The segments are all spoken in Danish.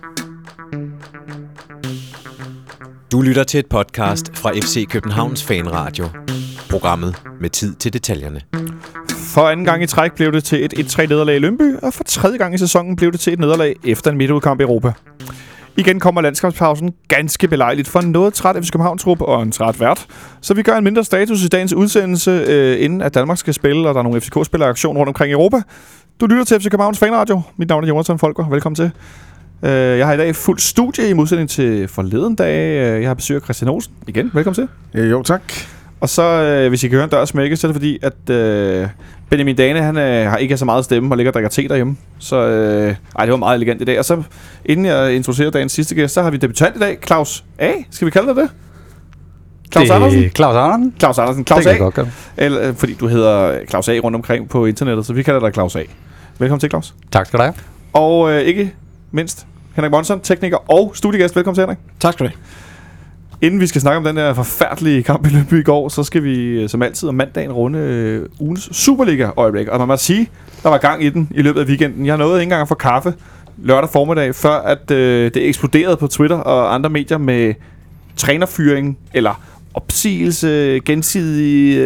Du lytter til et podcast fra FC Københavns Fanradio. Programmet med tid til detaljerne. For anden gang i træk blev det til et 1-3 nederlag i Lyngby, og for tredje gang i sæsonen blev det til et nederlag efter en midtudkamp i Europa. Igen kommer landskampspausen ganske belejligt for en noget træt FC Københavns-trup og en træt vært. Så vi gør en mindre status i dagens udsendelse, inden at Danmark skal spille, og der er nogle FCK-spillere i aktion rundt omkring i Europa. Du lytter til FC Københavns Fanradio. Mit navn er Jonathan Folker. Velkommen til. Jeg har i dag fuld studie i modsætning til forleden dag. Jeg har besøg af Christian Olsen. Igen, velkommen til. Jo, tak. Og så, hvis I kan høre en dør smække, så er det fordi, at Benjamin Dane, han har ikke så meget stemme og ligger og drikker te derhjemme. Så det var meget elegant i dag. Og så, inden jeg introducerer dagens sidste gæst, så har vi debutant i dag, Claus A. Skal vi kalde dig det? Claus Andersen? Claus Andersen? Claus Andersen. Claus det A. Godt, Eller, fordi du hedder Claus A. rundt omkring på internettet, så vi kalder dig Claus A. Velkommen til, Claus. Tak skal du have. Og ikke mindst, Henrik Monson, tekniker og studiegæst. Velkommen til, Henrik. Tak skal du have. Inden vi skal snakke om den der forfærdelige kamp i Lyngby i går, så skal vi som altid om mandagen runde ugens Superliga-øjeblik. Og man må sige, der var gang i den i løbet af weekenden. Jeg nåede ikke engang at få kaffe lørdag formiddag, før at det eksploderede på Twitter og andre medier med trænerfyring eller opsigelse, gensidig.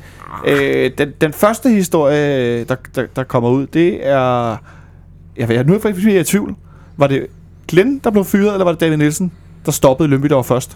Den første historie, der kommer ud, det er... Nu er jeg faktisk i tvivl. Var det Glenn, der blev fyret, eller var det David Nielsen, der stoppede Lyngby, der var først?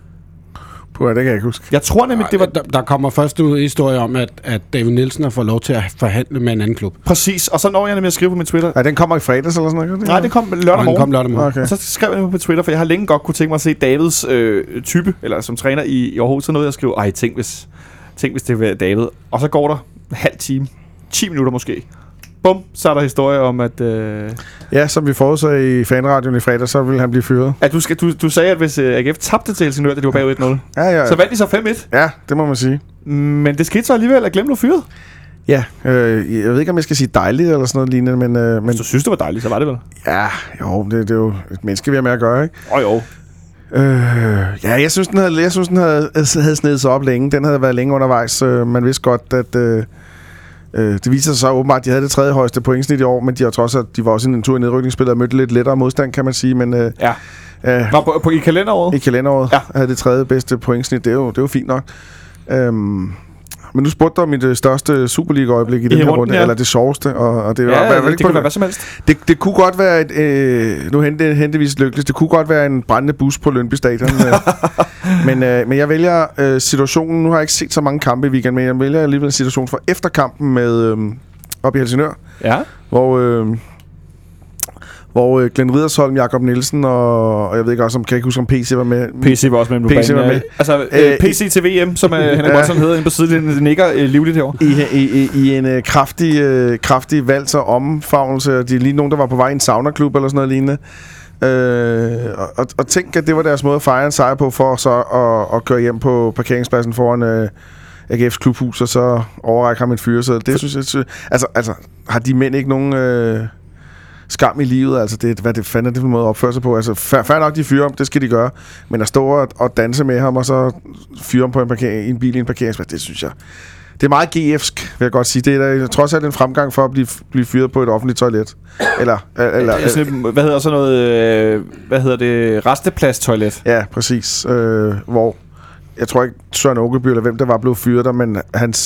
Det kan jeg ikke huske. Jeg tror nemlig, det var... Der kommer først ud historie om, at David Nielsen har fået lov til at forhandle med en anden klub. Præcis, og så når jeg nemlig at skrive på min Twitter... Ja, den kommer i fredags eller sådan noget? Nej, den kom lørdag morgen. Okay. Og så skrev jeg på Twitter, for jeg har længe godt kunne tænke mig at se Davids type, eller som træner i Aarhus, så noget jeg skriver, tænk hvis det var David. Og så går der en halv time, 10 minutter måske. Bum, så er der historie om, at... Ja, som vi forudsagde i fanradioen i fredag, så ville han blive fyret. At du sagde, at hvis AGF tabte til Helsingør, da de var bagud 1-0, ja. så vandt de så 5-1. Ja, det må man sige. Men det skete så alligevel, at Glenn blev fyret. Ja, jeg ved ikke, om jeg skal sige dejligt eller sådan noget lignende, men... Hvis du synes, det var dejligt, så var det vel? Ja, jo, det er jo et menneske, vi har med at gøre, ikke? Jo. Ja, jeg synes, den havde snedet sig op længe. Den havde været længe undervejs. Man vidste godt, at... det viser sig så åbenbart, at de havde det tredje højeste pointsnit i år, men de var også en tur i nedrykningsspillet og mødte lidt lettere modstand, kan man sige. Men, var i kalenderåret? I kalenderåret havde det tredje bedste pointsnit. Det er jo fint nok. Men nu spurgte du om mit største Superliga-øjeblik i den her runde, eller det sjoveste. Og det kan være hvad som helst. Det kunne godt være nu hentevis lykkeligt. Det kunne godt være en brændende bus på Lyngby Stadion. men jeg vælger situationen. Nu har jeg ikke set så mange kampe i weekenden, men jeg vælger alligevel en situation fra efterkampen med op i Helsingør. Ja. Hvor Glenn Riddersholm, Jakob Nielsen og jeg ved ikke også, kan jeg ikke huske, om PC var med. PC var også med. PC var med. Altså PC til VM, som Henrik Monson hedder inde på siden, det nikker livligt herovre. I en kraftig valgs og omfavnelse. De er lige nogen, der var på vej i en saunaklub eller sådan noget lignende. Og tænk, at det var deres måde at fejre en sejr på, for så at køre hjem på parkeringspladsen foran AGF's klubhus, og så overrække ham en fyreseddel. Det synes jeg... Altså, har de mænd ikke nogen... skam i livet, altså hvad det fanden er det for en måde at opføre sig på. Altså fair nok, de fyrer om, det skal de gøre, men at stå og danse med ham, og så fyre ham på en bil i en parkeringsplads, det synes jeg, det er meget GF'sk, vil jeg godt sige. Det er da trods alt en fremgang for at blive fyret på et offentligt toilet. Eller hvad hedder sådan noget, rastepladstoilet? Ja, præcis. Hvor jeg tror ikke Søren Åkeby eller hvem der var blevet fyret der, men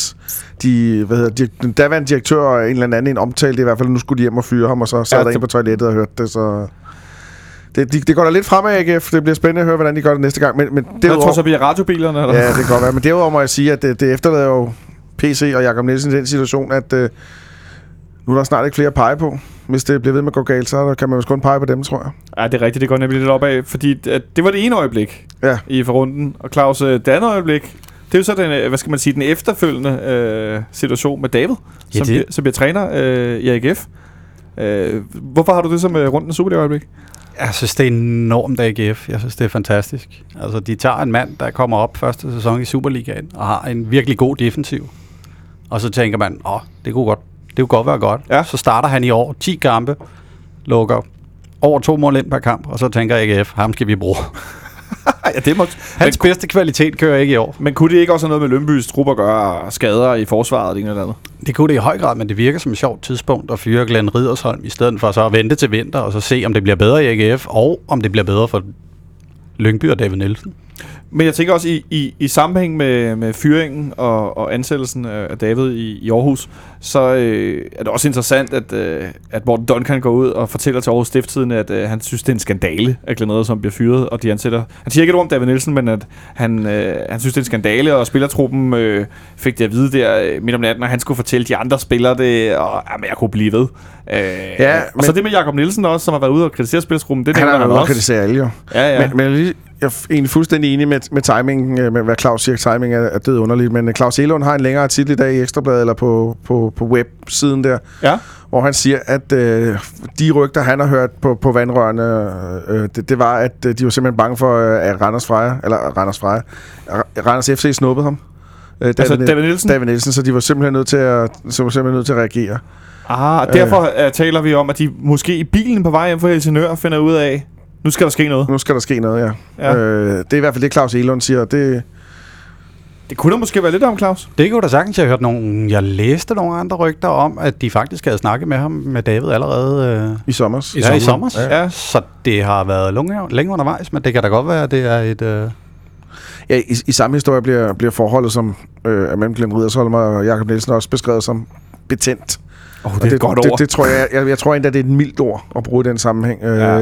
den daværende direktør og en eller anden omtalte i hvert fald, nu skulle de hjem og fyre ham, og så sad der ind på toilettet og hørte det, så... Det går da lidt fremad, AGF. Det bliver spændende at høre, hvordan de gør det næste gang. Men jeg tror så bliver radiobilerne, eller? Ja, det kan godt være. Men derudover må jeg sige, at det efterlader jo PC og Jakob Nielsen i den situation, at nu er der snart ikke flere at pege på. Hvis det bliver ved med at gå galt, så kan man jo kun pege på dem, tror jeg. Ja, det er rigtigt. Det går nemlig lidt opad, fordi det var det ene øjeblik i forrunden. Og Claus, det andet øjeblik, det er jo så den efterfølgende situation med David, som bliver træner i AGF. Hvorfor har du det som rundens Superliga-øjeblik? Jeg synes, det er enormt AGF. Jeg synes, det er fantastisk. Altså, de tager en mand, der kommer op første sæson i Superligaen, og har en virkelig god defensiv. Og så tænker man, det kunne godt være godt. Ja. Så starter han i år 10 kampe, lukker over 2 mål ind per kamp, og så tænker AGF, ham skal vi bruge. Ja, det må... Hans bedste kvalitet kører ikke i år. Men kunne det ikke også have noget med Lyngbys trup at gøre skader i forsvaret og eller andet? Det kunne det i høj grad, men det virker som et sjovt tidspunkt at fyre Glenn Riddersholm, i stedet for så at vente til vinter, og så se, om det bliver bedre i AGF, og om det bliver bedre for Lyngby og David Nielsen. Men jeg tænker også, i sammenhæng med fyringen og ansættelsen af David i Aarhus, så er det også interessant, at Morten Duncan går ud og fortæller til Aarhus Stiftstidende, at han synes, det er en skandale, at Glenn Riddersholm bliver fyret, og de ansætter... Han siger ikke et ord om David Nielsen, men at han synes, det er en skandale, og spillertruppen fik det at vide der midt om natten, og han skulle fortælle de andre spillere det, og jeg kunne blive ved. Og så det med Jakob Nielsen også, som har været ude og kritisere spillertruppen, det han nævner har han været også. kritisere alle jo. Ja. Men jeg er egentlig fuldstændig enig med timingen, med hvad Claus siger. Timing er død underligt, men Claus Elund har en længere artikel i dag i Ekstrabladet eller på websiden der, hvor han siger, at de rygter, han har hørt på vandrørene, det var, at de var simpelthen bange for, at Randers FC snuppede ham. David Nielsen, så de var simpelthen nødt til at reagere. Derfor taler vi om, at de måske i bilen på vej hjem fra Helsingør finder ud af, nu skal der ske noget. Nu skal der ske noget, ja. Det er i hvert fald det, Claus Elund siger. Det kunne der måske være lidt om, Claus. Det kunne da sagtens. Jeg læste nogle andre rygter om, at de faktisk havde snakket med ham, med David allerede i sommer. I sommer. Ja. Så det har været længe undervejs, men det kan da godt være, at det er et... Ja, i samme historie bliver forholdet som mellem Glenn Riddersholm og Jakob Nielsen også beskrevet som betændt. Det er et godt ord. Det tror jeg tror endda, det er et mildt ord at bruge i den sammenhæng.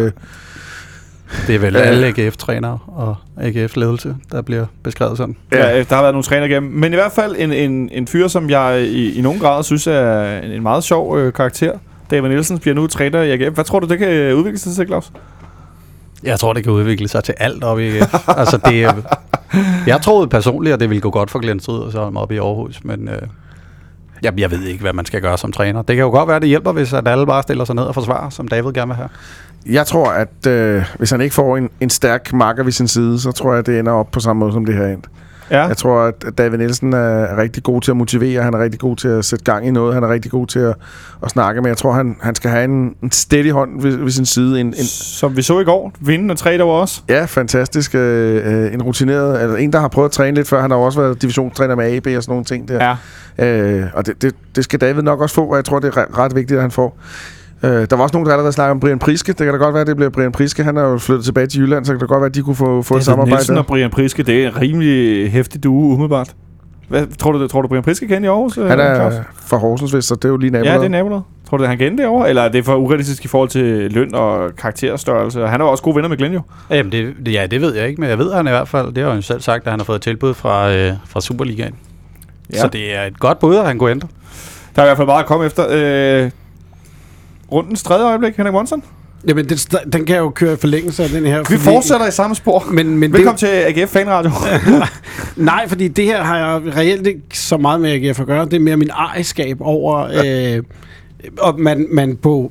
Det er vel alle AGF-trænere og AGF-ledelse, der bliver beskrevet sådan. Ja, der har været nogle trænere igennem. Men i hvert fald en fyr, som jeg i nogen grad synes er en meget sjov karakter. David Nielsen bliver nu træner i AGF. Hvad tror du, det kan udvikle sig til, Claus? Jeg tror, det kan udvikle sig til alt op i AGF. Altså, jeg troede personligt, at det ville gå godt for Glenn Riddersholm op i Aarhus, men... Jeg ved ikke, hvad man skal gøre som træner. Det kan jo godt være, det hjælper, hvis at alle bare stiller sig ned og forsvarer, som David gerne vil have. Jeg tror, at hvis han ikke får en stærk makker ved sin side, så tror jeg, det ender op på samme måde, som det her endte. Ja. Jeg tror, at David Nielsen er rigtig god til at motivere, han er rigtig god til at sætte gang i noget, han er rigtig god til at snakke, men jeg tror, han skal have en steady hånd ved sin side. Som vi så i går, vinde og træne over os. Ja, fantastisk. En rutineret, altså en, der har prøvet at træne lidt før, han har også været divisionstræner med AB og sådan nogle ting der. Ja. Og det skal David nok også få, og jeg tror, det er ret vigtigt, at han får. Der var også nogen, der allerede snakkede om Brian Priske. Det kan da godt være, at det bliver Brian Priske. Han er jo flyttet tilbage til Jylland, så kan det godt være, at de kunne få et samarbejde. Nielsen og Brian Priske, det er en rimelig hæftig duo, umiddelbart. Hvad, tror du Brian Priske kan i Aarhus? Han er fra Horsens, så det er jo lige nabolaget. Ja, det er nabolaget. Tror du, han kan derovre? Eller er det for urealistisk i forhold til løn og karakterstørrelse? Han er jo også gode venner med Glenn, jo. Jamen, det ved jeg ikke, men jeg ved, at han i hvert fald, det har han jo selv sagt, at han har fået tilbud fra Superligaen. Ja. Så det er et godt bud, at han kunne ændre. Der er i hvert fald meget at komme efter. Rundens tredje øjeblik, Henrik Monson. Jamen, den kan jo køre i forlængelse af den her. Vi fortsætter i samme spor. Men velkommen til AGF Fanradio. Nej, fordi det her har jeg reelt ikke så meget med AGF at gøre. Det er mere min ejerskab over, og man på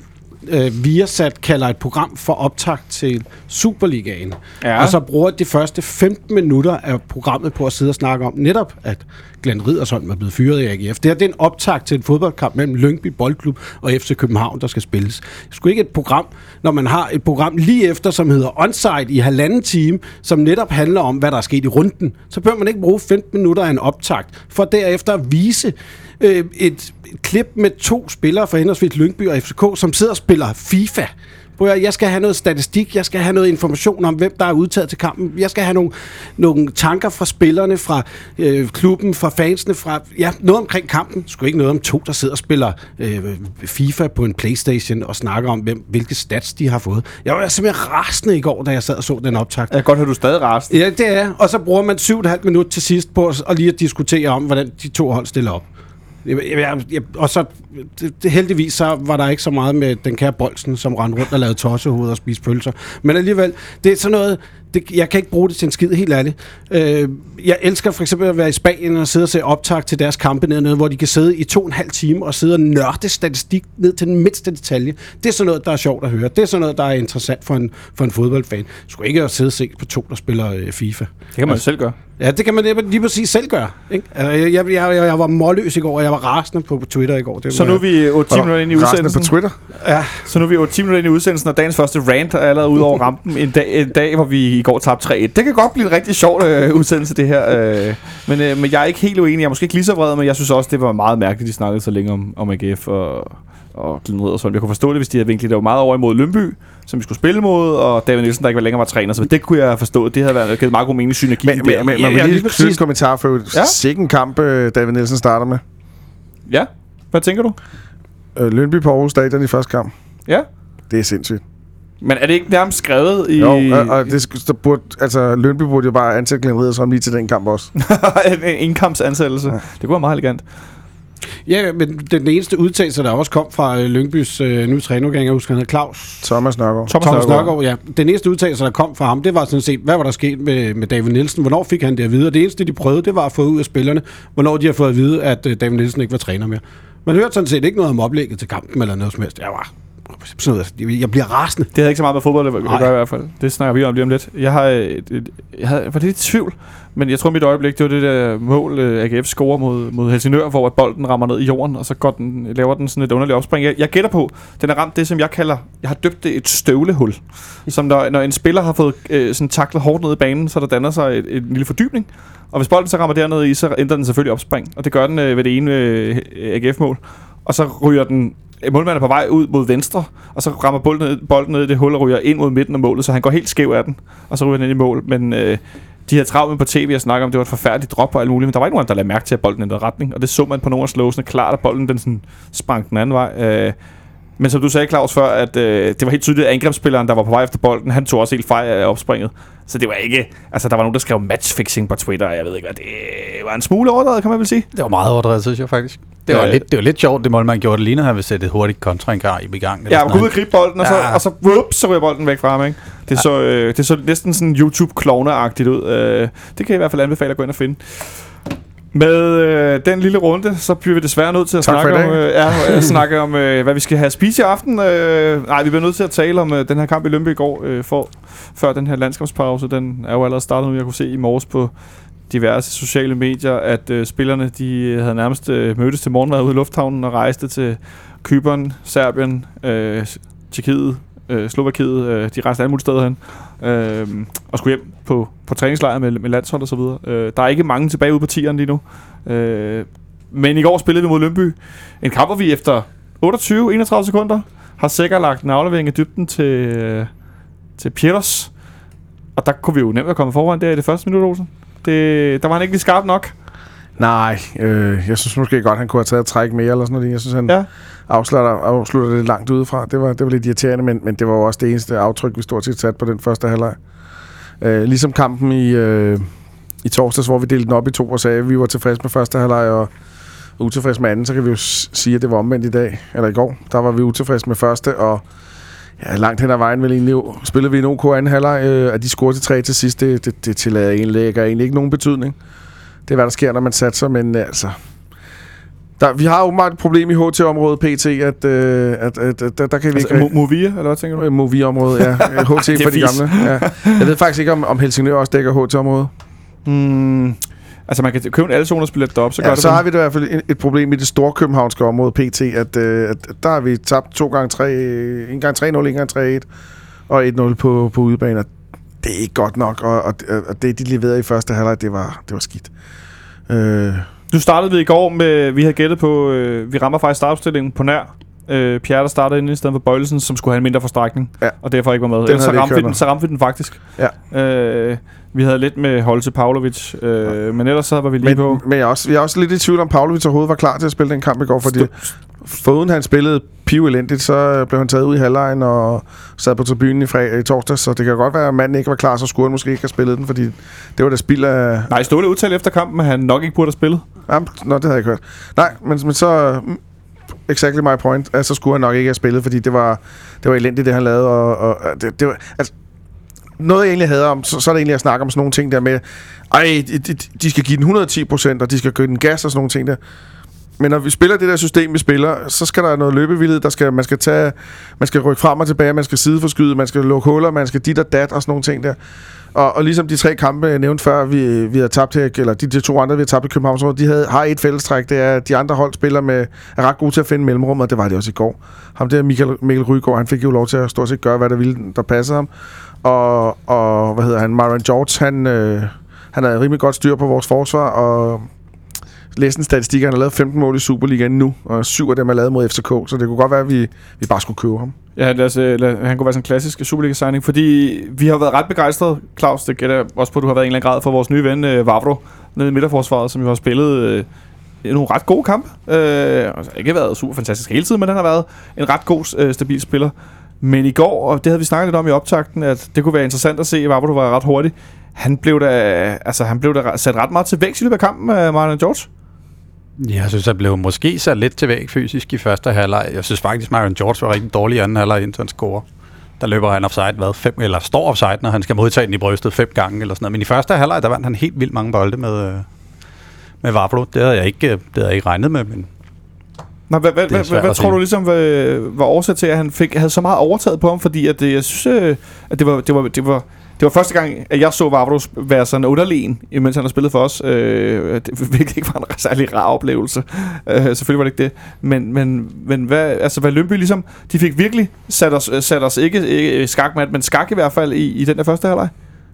Viasat kalder et program for optakt til Superligaen. Ja. Og så bruger de første 15 minutter af programmet på at sidde og snakke om netop, at Glenn Riddersholm er blevet fyret i AGF. Det er en optakt til en fodboldkamp mellem Lyngby Boldklub og FC København, der skal spilles. Det skulle ikke et program, når man har et program lige efter, som hedder Onsite i 1,5 time, som netop handler om, hvad der er sket i runden. Så bør man ikke bruge 15 minutter af en optakt, for derefter at vise et klip med 2 spillere fra henholdsvis Lyngby og FCK, som sidder og spiller FIFA. Jeg skal have noget statistik, jeg skal have noget information om, hvem der er udtaget til kampen. Jeg skal have nogle tanker fra spillerne, fra klubben, fra fansene, fra noget omkring kampen. Sgu ikke noget om 2, der sidder og spiller FIFA på en PlayStation og snakker om, hvilke stats de har fået. Jeg var simpelthen rasende i går, da jeg sad og så den optagt. Jeg kan godt høre, du er stadig rasende. Ja, det er. Og så bruger man 7,5 minutter til sidst på at lige at diskutere om, hvordan de 2 hold stiller op. Og så heldigvis så var der ikke så meget med den kære Bolsen, som rendte rundt og lavede tossehoved og spiste pølser. Men alligevel, det er sådan noget, jeg kan ikke bruge det til en skid, helt ærligt. Jeg elsker for eksempel at være i Spanien og sidde og se optag til deres kampe nede, hvor de kan sidde i 2,5 timer og sidde og nørde statistik ned til den mindste detalje. Det er sådan noget, der er sjovt at høre. Det er sådan noget, der er interessant for en fodboldfan. Du skulle ikke sidde og se på 2, der spiller FIFA. Det kan man selv gøre. Ja, det kan man lige præcis selv gøre. Ikke? Jeg var målløs i går, og jeg var rasende på Twitter i går. Så nu er vi 8-10 minutter ind i udsendelsen. På Twitter? Ja, så nu er vi 8-10 minutter ind i udsendelsen, og dagens første rant er allerede ude over rampen. En dag, hvor vi går tabte 3-1. Det kan godt blive en rigtig sjov udsendelse, det her. Men jeg er ikke helt uenig. Jeg er måske ikke lige så vred, men jeg synes også, det var meget mærkeligt, de snakkede så længe om AGF og Glenn Riddersholm. Jeg kunne forstå det, hvis de havde vinklet det var meget over imod Lyngby, som vi skulle spille mod, og David Nielsen, der ikke længere var træner. Så det kunne jeg forstå. Det havde været givet meget god mening synergi. Men lige knytte en kommentar for sikken kamp, David Nielsen starter med. Ja, hvad tænker du? Lyngby på Aarhus Stadion i første kamp. Ja. Det er sindssygt. Men er det ikke nærmest skrevet i... Jo, og det burde, altså Lyngby burde jo bare ansætte Glenn Riddersholm lige til den kamp også. en indkampsansættelse. Ja. Det kunne være meget elegant. Ja, men den eneste udtalelse, der også kom fra Lyngbys nye trænergang, jeg husker, han hedder Claus. Thomas Nørgaard, ja. Den eneste udtalelse, der kom fra ham, det var sådan set, hvad var der sket med David Nielsen? Hvornår fik han det at vide? Og det eneste, de prøvede, det var at få ud af spillerne, hvornår de har fået at vide, at David Nielsen ikke var træner mere. Man hørte sådan set ikke noget om oplægget til kampen eller noget som helst. Jeg bliver rasende. Det havde ikke så meget med fodbold at gøre i hvert fald. Det snakker vi om lige om lidt. Jeg var lidt i tvivl, men jeg tror mit øjeblik, det var det der mål, AGF scorer mod Helsingør, hvor bolden rammer ned i jorden, og så laver den sådan et underligt opspring. Jeg gætter på, den er ramt det, som jeg har døbt det et støvlehul. Som når en spiller har fået sådan taklet hårdt ned i banen, så der danner sig en lille fordybning. Og hvis bolden så rammer dernede i, så ændrer den selvfølgelig opspring. Og det gør den ved det ene AGF-mål. Og så ryger den... Målmanden er på vej ud mod venstre, og så rammer bolden ned i det hul og ryger ind mod midten af målet, så han går helt skæv af den, og så ryger den ind i mål. Men de havde travlt på tv og snakke om, det var et forfærdeligt drop og alt muligt, men der var ikke nogen, der lagde mærke til, at bolden ændrede retning, og det så man på nogle af slåsene klart, at bolden den sådan sprang den anden vej. Men som du sagde, Claus, før, at det var helt tydeligt, at angrebsspilleren, der var på vej efter bolden, han tog også helt fejl af opspringet. Så det var ikke... Altså, der var nogen, der skrev matchfixing på Twitter, og jeg ved ikke hvad. Det var en smule overdrevet, kan man vel sige. Det var meget overdrevet, synes jeg faktisk. Det var lidt sjovt, det mål, man gjorde det lige, når han ville sætte et hurtigt kontraangreb i gang. Ja, man kunne ud og gribe bolden, og så ryger bolden væk fra ham, ikke? Det så næsten sådan YouTube-klovne-agtigt ud. Det kan jeg i hvert fald anbefale at gå ind og finde. Med den lille runde, så bliver vi desværre nødt til at snakke om, hvad vi skal have at spise i aften. Nej, vi bliver nødt til at tale om den her kamp i Lyngby i går, før den her landskampspause. Den er jo allerede startet nu. Jeg kunne se i morges på diverse sociale medier, at spillerne de havde nærmest mødtes til morgenmad ude i lufthavnen og rejste til Cypern, Serbien, Tjekkiet, Slovakiet. De rejste alle mulige steder hen og skulle hjem på træningslejr med landshold og så videre. Der er ikke mange tilbage ude på tieren lige nu. Men i går spillede vi mod Lyngby. En kamp, hvor vi efter 28-31 sekunder har sikkert lagt en aflevering i dybden til Pieters. Og der kunne vi jo nemt have kommet foran der i det første minut, Olsen. Der var han ikke lige skarp nok. Nej, jeg synes måske godt, han kunne have taget et træk mere eller sådan noget. Jeg synes, han afslutter det langt udefra. Det var lidt irriterende, men det var jo også det eneste aftryk, vi stort set satte på den første halvleg. Ligesom kampen i torsdags, hvor vi delte den op i to og sagde, at vi var tilfredse med første halvleg og utilfredse med anden, så kan vi jo sige, at det var omvendt i dag, eller i går. Der var vi utilfredse med første, og langt hen ad vejen vel egentlig spillede vi en OK anden halvleg, at de scorede til 3 til sidst, det tillader egentlig ikke nogen betydning. Det er, hvad der sker, når man satser, men altså... vi har åbenbart et problem i HT-området, PT, at der kan vi ikke... Movia, eller hvad tænker du? Movia-området, ja. HT for de gamle. Ja. Jeg ved faktisk ikke, om Helsingør også dækker HT-området. Altså, man kan købe en Allzones-billet deroppe, så gør det. Så har vi da i hvert fald et problem i det store københavnske område, PT, at der har vi tabt 2 gange 3, 1 gang 3-0, 1 gang 3-1, og 1-0 på udebaner. Det er ikke godt nok, og det, de leverede i første halvleg, det var skidt. Du startede vi i går med, vi havde gættet på, vi rammer faktisk startopstillingen på nær. Pierre, der startede inde i stedet for Bøjlesen, som skulle have en mindre forstrækning, og derfor ikke var med. Så ramte vi den faktisk. Ja. Vi havde lidt med Holse Pavlovic, men ellers så var vi lige på. Men jeg er også lidt i tvivl om Pavlovic overhovedet var klar til at spille den kamp i går, fordi foruden han spillede pivelendigt, så blev han taget ud i halvlejen og sad på tribunen i torsdag, så det kan godt være, at manden ikke var klar, så skulle han måske ikke have spillet den, fordi det var da spild af... Nej, Ståle udtalte efter kampen, at han nok ikke burde have spillet. Jamen, det havde jeg ikke hørt. Nej, men så... Exactly my point. Altså, så skulle han nok ikke have spillet, fordi det var elendigt, det han lavede, og det var... Altså, noget jeg egentlig havde om, så er det egentlig at snakke om sådan nogle ting der med, de skal give den 110%, og de skal give den gas og sådan nogle ting der. Men når vi spiller det der system, vi spiller, så skal der noget løbevillighed, man skal rykke frem og tilbage, man skal sideforskyde, man skal lukke huller, man skal dit og dat og sådan nogle ting der. Og ligesom de 3 kampe, jeg nævnte før, vi havde tabt her, eller de 2 andre, vi har tabt i København, de har et fællestræk, det er, at de andre holdspillere er ret gode til at finde mellemrum, og det var det også i går. Ham der Mikkel Rygaard, han fik jo lov til at stort set gøre, hvad der ville, der passede ham. og hvad hedder han, Myron George, han havde rimelig godt styr på vores forsvar, og læste en statistik, han har lavet 15 mål i Superligaen nu, og 7 af dem er lavet mod FCK, så det kunne godt være, at vi bare skulle købe ham. Ja, han kunne være sådan en klassisk Superliga-signing, fordi vi har været ret begejstrede, Claus, det gætter også på, at du har været i en eller anden grad for vores nye ven, Vavro, nede i midterforsvaret, som jo har spillet nogle ret gode kampe. Altså, ikke været super fantastisk hele tiden, men han har været en ret god, stabil spiller. Men i går, og det havde vi snakket lidt om i optakten, at det kunne være interessant at se, at Vavro var ret hurtig. Han blev da sat ret meget til vægt i løbet af kampen af Myron George. Jeg synes, han blev måske sat lidt til væg fysisk i første halvleg. Jeg synes faktisk, Myron George var rigtig dårlig i anden halvleg, indtil han scorer. Der løber han offside, 5 eller står offside, når han skal modtage den i brystet 5 gange eller sådan noget. Men i første halvleg, der vandt han helt vildt mange bolde med Vavro. Det havde jeg ikke regnet med, men hvad tror du ligesom var årsag til, at han havde så meget overtaget på ham? Fordi at jeg synes, at det var første gang, at jeg så Vavro være sådan underlegen, mens han har spillet for os. Det virkelig ikke var en særlig rar oplevelse. Selvfølgelig var det ikke det. Men hvad Lyngby ligesom, de fik virkelig sat os ikke skakmat, men skak i hvert fald i den der første halvleg.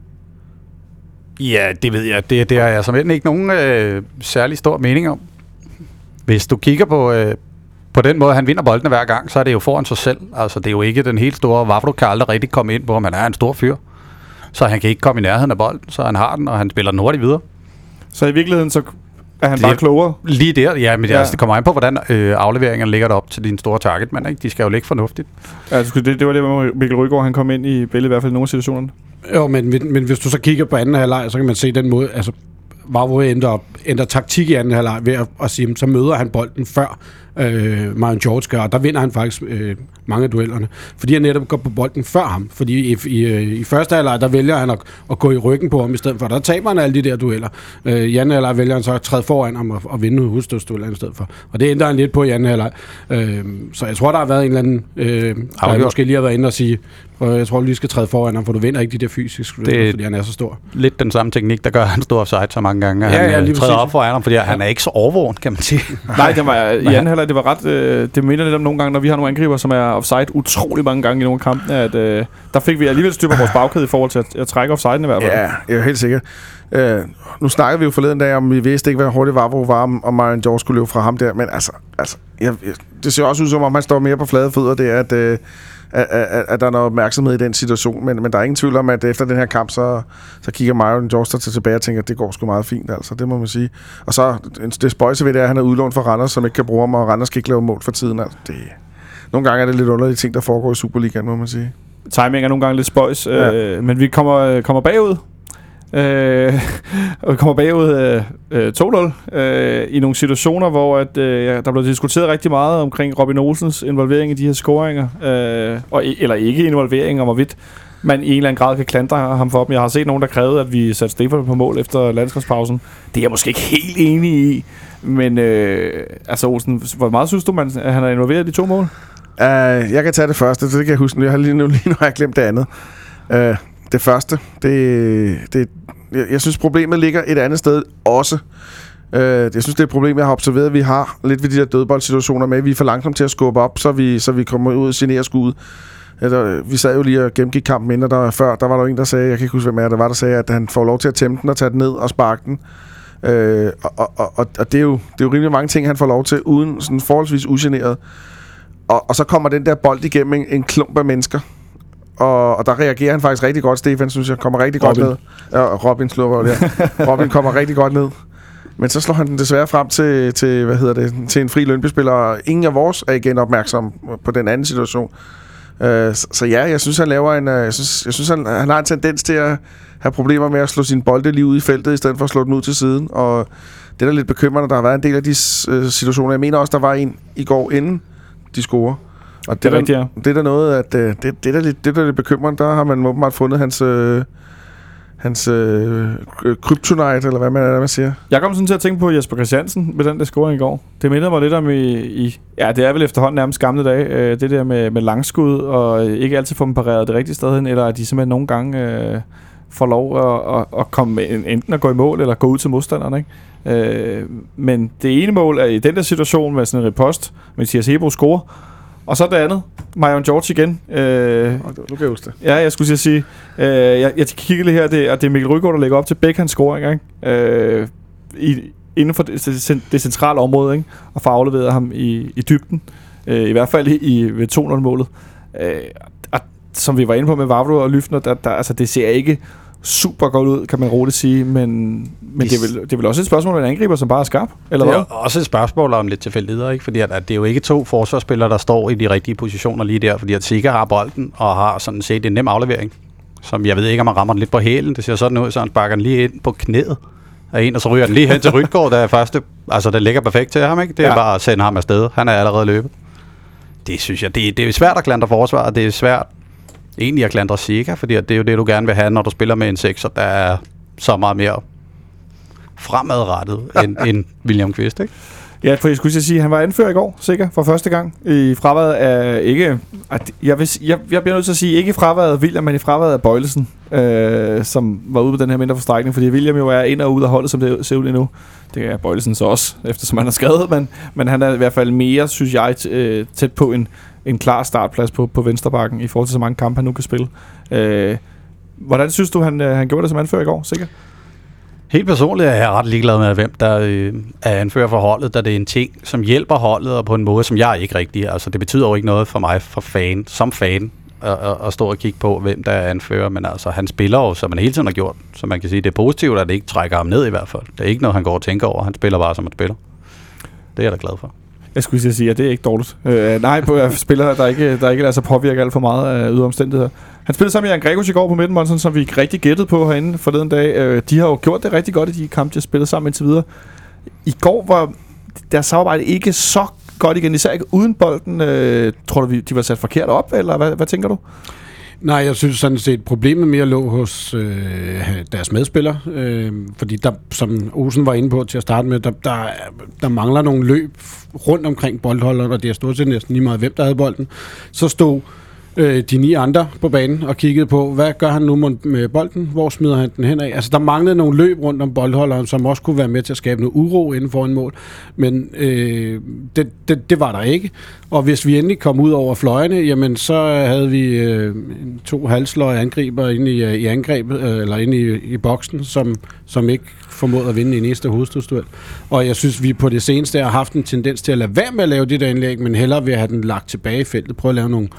Ja, det ved jeg. Det har jeg som ikke nogen særlig stor mening om. Hvis du kigger på den måde, han vinder boldene hver gang, så er det jo foran sig selv. Altså, det er jo ikke den helt store. Vavro kan aldrig rigtig komme ind på, om han er en stor fyr. Så han kan ikke komme i nærheden af bolden, så han har den, og han spiller den hurtigt videre. Så i virkeligheden, så er han bare klogere? Lige der, ja, men altså, det kommer an på, hvordan afleveringerne ligger derop til din store targetmand, ikke? De skal jo ligge fornuftigt. Ja, det var det, hvor Mikkel Rygaard, han kom ind i billedet, i hvert fald i nogle af situationerne. Jo, men hvis du så kigger på anden halvleg, så kan man se den måde, altså Vavro ændrer taktik i anden halvleg ved at sige, så møder han bolden før Myron George gør, og der vinder han faktisk mange af duellerne, fordi han netop går på bolden før ham, fordi i første halvleg, der vælger han at gå i ryggen på ham i stedet for, der taber han alle de der dueller. I anden halvleg vælger han så at træde foran ham og vinde hovedstødsduellerne i stedet for, og det ændrer han lidt på i anden halvleg. Så jeg tror, der har været en eller anden, der måske lige har været inde og sige, jeg tror, du lige skal træde foran ham, for du vinder ikke de der fysiske dueller, fordi han er så stor. Lidt den samme teknik, der gør, han står offside så mange gange, han træder op foran ham, fordi han er ikke så overvågen, kan man sige. Nej, det var i anden halvleg, det var ret, det minder lidt om nogle gange, når vi har nogle angriber, som er offside utrolig mange gange i nogle kampe, at der fik vi alligevel styr på vores bagkæde i forhold til at trække offsiden i hvert fald. Ja, jeg er helt sikker. Nu snakkede vi jo forleden dag om, vi vidste ikke, hvad hurtigt Vavro var, om Myron George skulle løbe fra ham der, men altså det ser også ud som om, han står mere på flade fødder, det er, at der er noget opmærksomhed i den situation, men der er ingen tvivl om, at efter den her kamp, så kigger Myron George tilbage og tænker, at det går sgu meget fint, altså, det må man sige. Og så, det spøjse ved det er, at han er udlånt for Randers, som ikke kan bruge ham, og Randers skal ikke lave mål for tiden, altså, nogle gange er det lidt underlige ting, der foregår i Superligaen, må man sige. Timing er nogle gange lidt spøjs, men vi kommer bagud. Og vi kommer bagud 2-0 i nogle situationer, hvor der blev diskuteret rigtig meget omkring Robin Olsens involvering i de her scoringer, eller ikke involvering, om hvorvidt man i en eller anden grad kan klandre ham for dem. Jeg har set nogen, der krævede, at vi satte Stefan på mål efter landskampspausen. Det er jeg måske ikke helt enig i, men altså Olsen, hvor meget synes du, at han er involveret i de 2 mål? Jeg kan tage det første, så det kan jeg huske. Jeg har lige nu har jeg glemt det andet. Det første, jeg synes problemet ligger et andet sted også. Jeg synes det er et problem, jeg har observeret, vi har lidt ved de der dødboldsituationer med, at vi er for langsomt til at skubbe op, så vi kommer ud og generer skuddet. Vi sad jo lige og gennemgik kampen inden, der var der en, der sagde, jeg kan ikke huske, hvem der sagde, at han får lov til at tæmme den og tage den ned og sparke den. Og det er jo rimelig mange ting, han får lov til, uden sådan forholdsvis ugeneret. Og så kommer den der bold igennem en klump af mennesker. Og der reagerer han faktisk rigtig godt. Stefan, synes jeg, kommer rigtig godt ned. Ja, Robin slår der. Robin kommer rigtig godt ned. Men så slår han den desværre frem til en fri Lyngby-spiller. Ingen af vores er igen opmærksom på den anden situation. Så ja, jeg synes, han laver jeg synes han har en tendens til at have problemer med at slå sin bolde lige ud i feltet, i stedet for at slå den ud til siden. Og det er da lidt bekymrende. Der har været en del af de situationer. Jeg mener også, der var en i går, inden de scorer. Og det er der noget, at det er lidt bekymrende. Der har man åbenbart fundet hans kryptonite, eller hvad man siger. Jeg kom sådan til at tænke på Jesper Christiansen med den der scoring i går. Det minder mig lidt om ja, det er vel efterhånden nærmest gamle dage, det der med langskud, og ikke altid få dem pareret det rigtige sted hen, eller at de simpelthen nogle gange får lov at komme enten at gå i mål, eller gå ud til modstanderne, ikke? Men det ene mål er i den der situation med sådan en repost, Mathias Hebo scorer, Og så det andet. Marion George igen. Nu kan jeg huske det. Ja, jeg skulle sige. Jeg kigger lige her, det er Mikkel Rygaard, der lægger op til begge hans scoringer, ikke? Inden for det centrale område, ikke? Og får afleveret ham i dybden. I hvert fald ved 2-0-målet. Som vi var inde på med Vavro og Lyftner, altså det ser ikke super godt ud, kan man roligt sige, men det er vel også et spørgsmål om en angriber, som bare er skarp, eller hvad? Det er også et spørgsmål om lidt tilfældigheder, ikke? Fordi at det er jo ikke 2 forsvarsspillere, der står i de rigtige positioner lige der, fordi at Sikker har bolden og har sådan set en nem aflevering, som jeg ved ikke, om man rammer den lidt på hælen. Det ser sådan ud, så han sparker den lige ind på knæet af en, og så ryger den lige hen til Rygaard, der er første, altså det ligger perfekt til ham, ikke? Det er bare at sende ham afsted. Han er allerede løbet. Det synes jeg, det er svært at klandre forsvaret, det er svært egentlig at klandre Sikker, fordi det er jo det, du gerne vil have, når du spiller med en 6'er, der er så meget mere fremadrettet end William Kvist, ikke? Ja, for jeg skulle sige, at han var anfører i går, sikkert, for første gang. I fraværet af ikke... Jeg bliver nødt til at sige, ikke i fraværet af William, men i fraværet af Bøjlesen, som var ude på den her mindre forstrækning, fordi William jo er ind og ud af holdet, som det ser ud lige nu. Det er Bøjlesen så også, eftersom han er skadet, men han er i hvert fald mere, synes jeg, tæt på en klar startplads på venstrebakken i forhold til så mange kampe, han nu kan spille. Hvordan synes du, han gjorde det som anfører i går, sikkert? Helt personligt er jeg ret ligeglad med, hvem der er anfører for holdet, da det er en ting, som hjælper holdet, og på en måde, som jeg ikke rigtig... Altså, det betyder jo ikke noget for mig som fan at stå og kigge på, hvem der er anfører, men altså, han spiller jo, som han hele tiden har gjort, så man kan sige, det er positivt, at det ikke trækker ham ned i hvert fald. Det er ikke noget, han går og tænker over. Han spiller bare, som han spiller. Det er jeg da glad for. Jeg skulle sige, at det er ikke dårligt. Nej, på spillere, der ikke lader sig påvirke alt for meget af ydre omstændigheder. Han spillede sammen med Jan Gregos i går på midten, Monsen, som vi rigtig gættede på herinde forleden dag. De har jo gjort det rigtig godt i de kampe, de har spillet sammen indtil videre. I går var deres samarbejde ikke så godt igen, især ikke uden bolden. Tror du, de var sat forkert op, eller hvad tænker du? Nej, jeg synes sådan set, problemet mere lå hos deres medspillere, fordi der, som Olsen var inde på til at starte med, der mangler nogle løb rundt omkring boldholderen, og det er stort set næsten lige meget, hvem der havde bolden. Så stod de 9 andre på banen og kiggede på, hvad gør han nu med bolden? Hvor smider han den hen af? Altså, der manglede nogle løb rundt om boldholderen, som også kunne være med til at skabe noget uro inden for en mål. Men det var der ikke. Og hvis vi endelig kom ud over fløjene, jamen, så havde vi 2 halvsløje angriber inde i angrebet, eller inde i boksen, som ikke formåede at vinde i næste hovedstødsduel. Og jeg synes, vi på det seneste har haft en tendens til at lade være med at lave det der indlæg, men hellere vil have den lagt tilbage i feltet. Prøve at lave nogle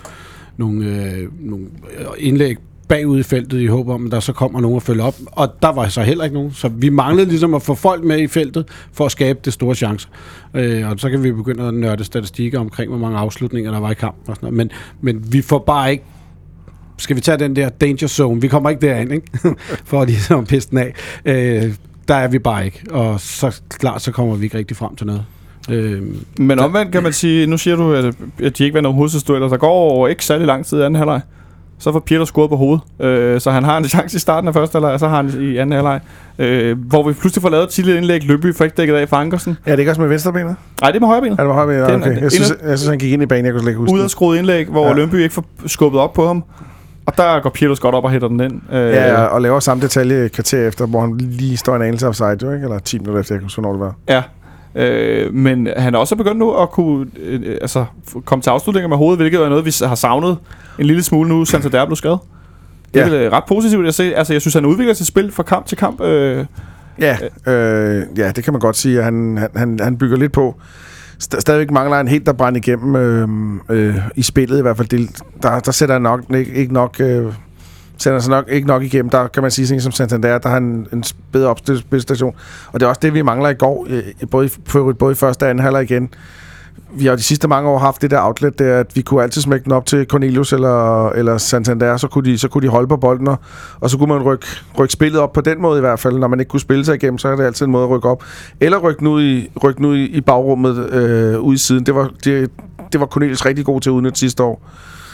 indlæg bagud i feltet i håb om, at der så kommer nogen at følge op. Og der var så heller ikke nogen. Så vi manglede ligesom at få folk med i feltet for at skabe det store chancer. Og så kan vi begynde at nørde statistikker omkring, hvor mange afslutninger der var i kampen og sådan noget. Men vi får bare ikke... Skal vi tage den der danger zone? Vi kommer ikke derind, ikke? For at ligesom pisse den af. Der er vi bare ikke. Og så klart, så kommer vi ikke rigtig frem til noget. Men omvendt kan man sige, nu siger du, at de ikke vinder hovedstødsdueller. Der går ikke særlig lang tid i anden halvleg. Så får Pieter scoret på hovedet. Så han har en chance i starten af første halvleg, og så har han i anden halvleg. Hvor vi pludselig får lavet et tidligt indlæg. Løbby får ikke dækket af for Ankersen. Ja, det er ikke også med venstrebenet? Nej, det er med højrebenet. Ja, det var højrebenet, okay. Jeg synes, han gik ind i banen, jeg kunne slet ikke huske. Udadskruet indlæg, hvor Lønby ikke får skubbet op på ham. Og der går Pieter godt op og hætter den ind. Ja, og laver samme detalje kvarter efter, hvor han lige står en anelse offside, jo, ikke? Eller 10 minutter efter, jeg kunne huske, hvornår det var. Ja. Men han er også begyndt nu at kunne komme til afslutninger med hovedet, hvilket er noget, vi har savnet en lille smule nu, Santander blev skadet. Det er ret positivt at se. Altså, jeg synes, han udvikler sit spil fra kamp til kamp. Ja, det kan man godt sige. Han bygger lidt på. Stadigvæk mangler han helt, der brænder igennem i spillet i hvert fald. Der sætter han nok ikke nok... Sætter sig nok ikke nok igennem. Der kan man sige, som Santander, der har en bedre opspilstation. Og det er også det, vi mangler i går, både i første og anden halvleg igen. Vi har jo de sidste mange år haft det der outlet, der, at vi kunne altid smække den op til Cornelius eller Santander, så kunne de holde på bolden, og så kunne man rykke spillet op på den måde i hvert fald. Når man ikke kunne spille sig igennem, så er det altid en måde at rykke op. Eller rykke nu i bagrummet ude i siden. Det var Cornelius rigtig god til at udnytte sidste år.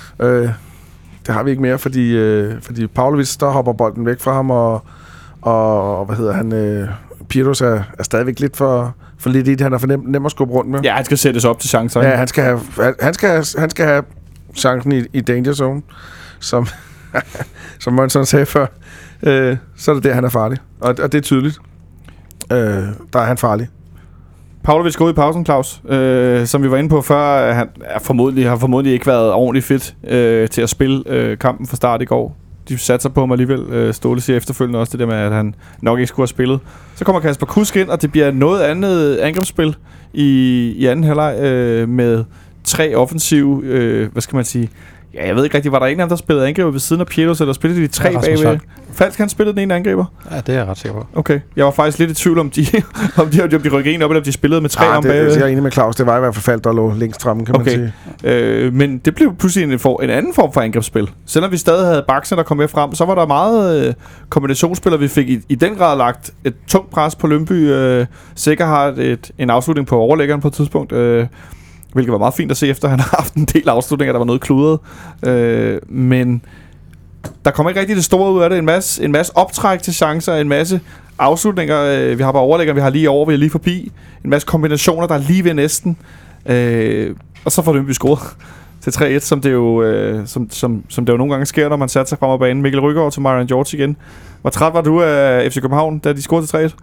Det har vi ikke mere, fordi Pavlovic, der hopper bolden væk fra ham, og hvad hedder han, Pietos er stadigvæk lidt for lidt i det. Han er for nem at skubbe rundt med. Ja, han skal sættes op til chancer. Ja, han skal have chancen i danger zone, som Monson sagde før. Så er det der, han er farlig. Og det er tydeligt. Der er han farlig. Pavlovic går ud i pausen, Claus. Som vi var inde på før, han har formodentlig ikke været ordentligt fedt til at spille kampen fra start i går. De satser på ham alligevel. Ståle siger efterfølgende også det der med, at han nok ikke skulle have spillet. Så kommer Kasper Kusk ind, og det bliver noget andet angrebsspil i anden halvleg med 3 offensive, hvad skal man sige... Ja, jeg ved ikke rigtig, var der en af dem, der spillede angriber ved siden af Pietos, eller spillede de 3 bagved? Falsk, han spillede den ene angriber? Ja, det er jeg ret sikker på. Okay, jeg var faktisk lidt i tvivl om de rykkede en op, eller om de spillede med 3 om bagved. Jeg er enig med Claus, det var i hvert fald Falk, der lå længst fremme, kan man sige. Men det blev pludselig en anden form for angrebsspil. Selvom vi stadig havde Baksen, der kom med frem, så var der meget kombinationsspil, og vi fik i den grad lagt et tungt pres på Lyngby. Sikker har en afslutning på overlæggeren på et tidspunkt, hvilket var meget fint at se, efter han har haft en del afslutninger, der var noget kludret. Men der kommer ikke rigtig det store ud af det. En masse optræk til chancer, en masse afslutninger. Vi har bare overlæggeren, vi har lige over, vi er lige forbi. En masse kombinationer, der er lige ved næsten. Og så får Lyngby scoret til 3-1, som det jo nogle gange sker, når man satte sig frem af banen. Mikkel Rygaard til Marian George igen. Hvor træt var du af FC København, da de scorede til 3-1?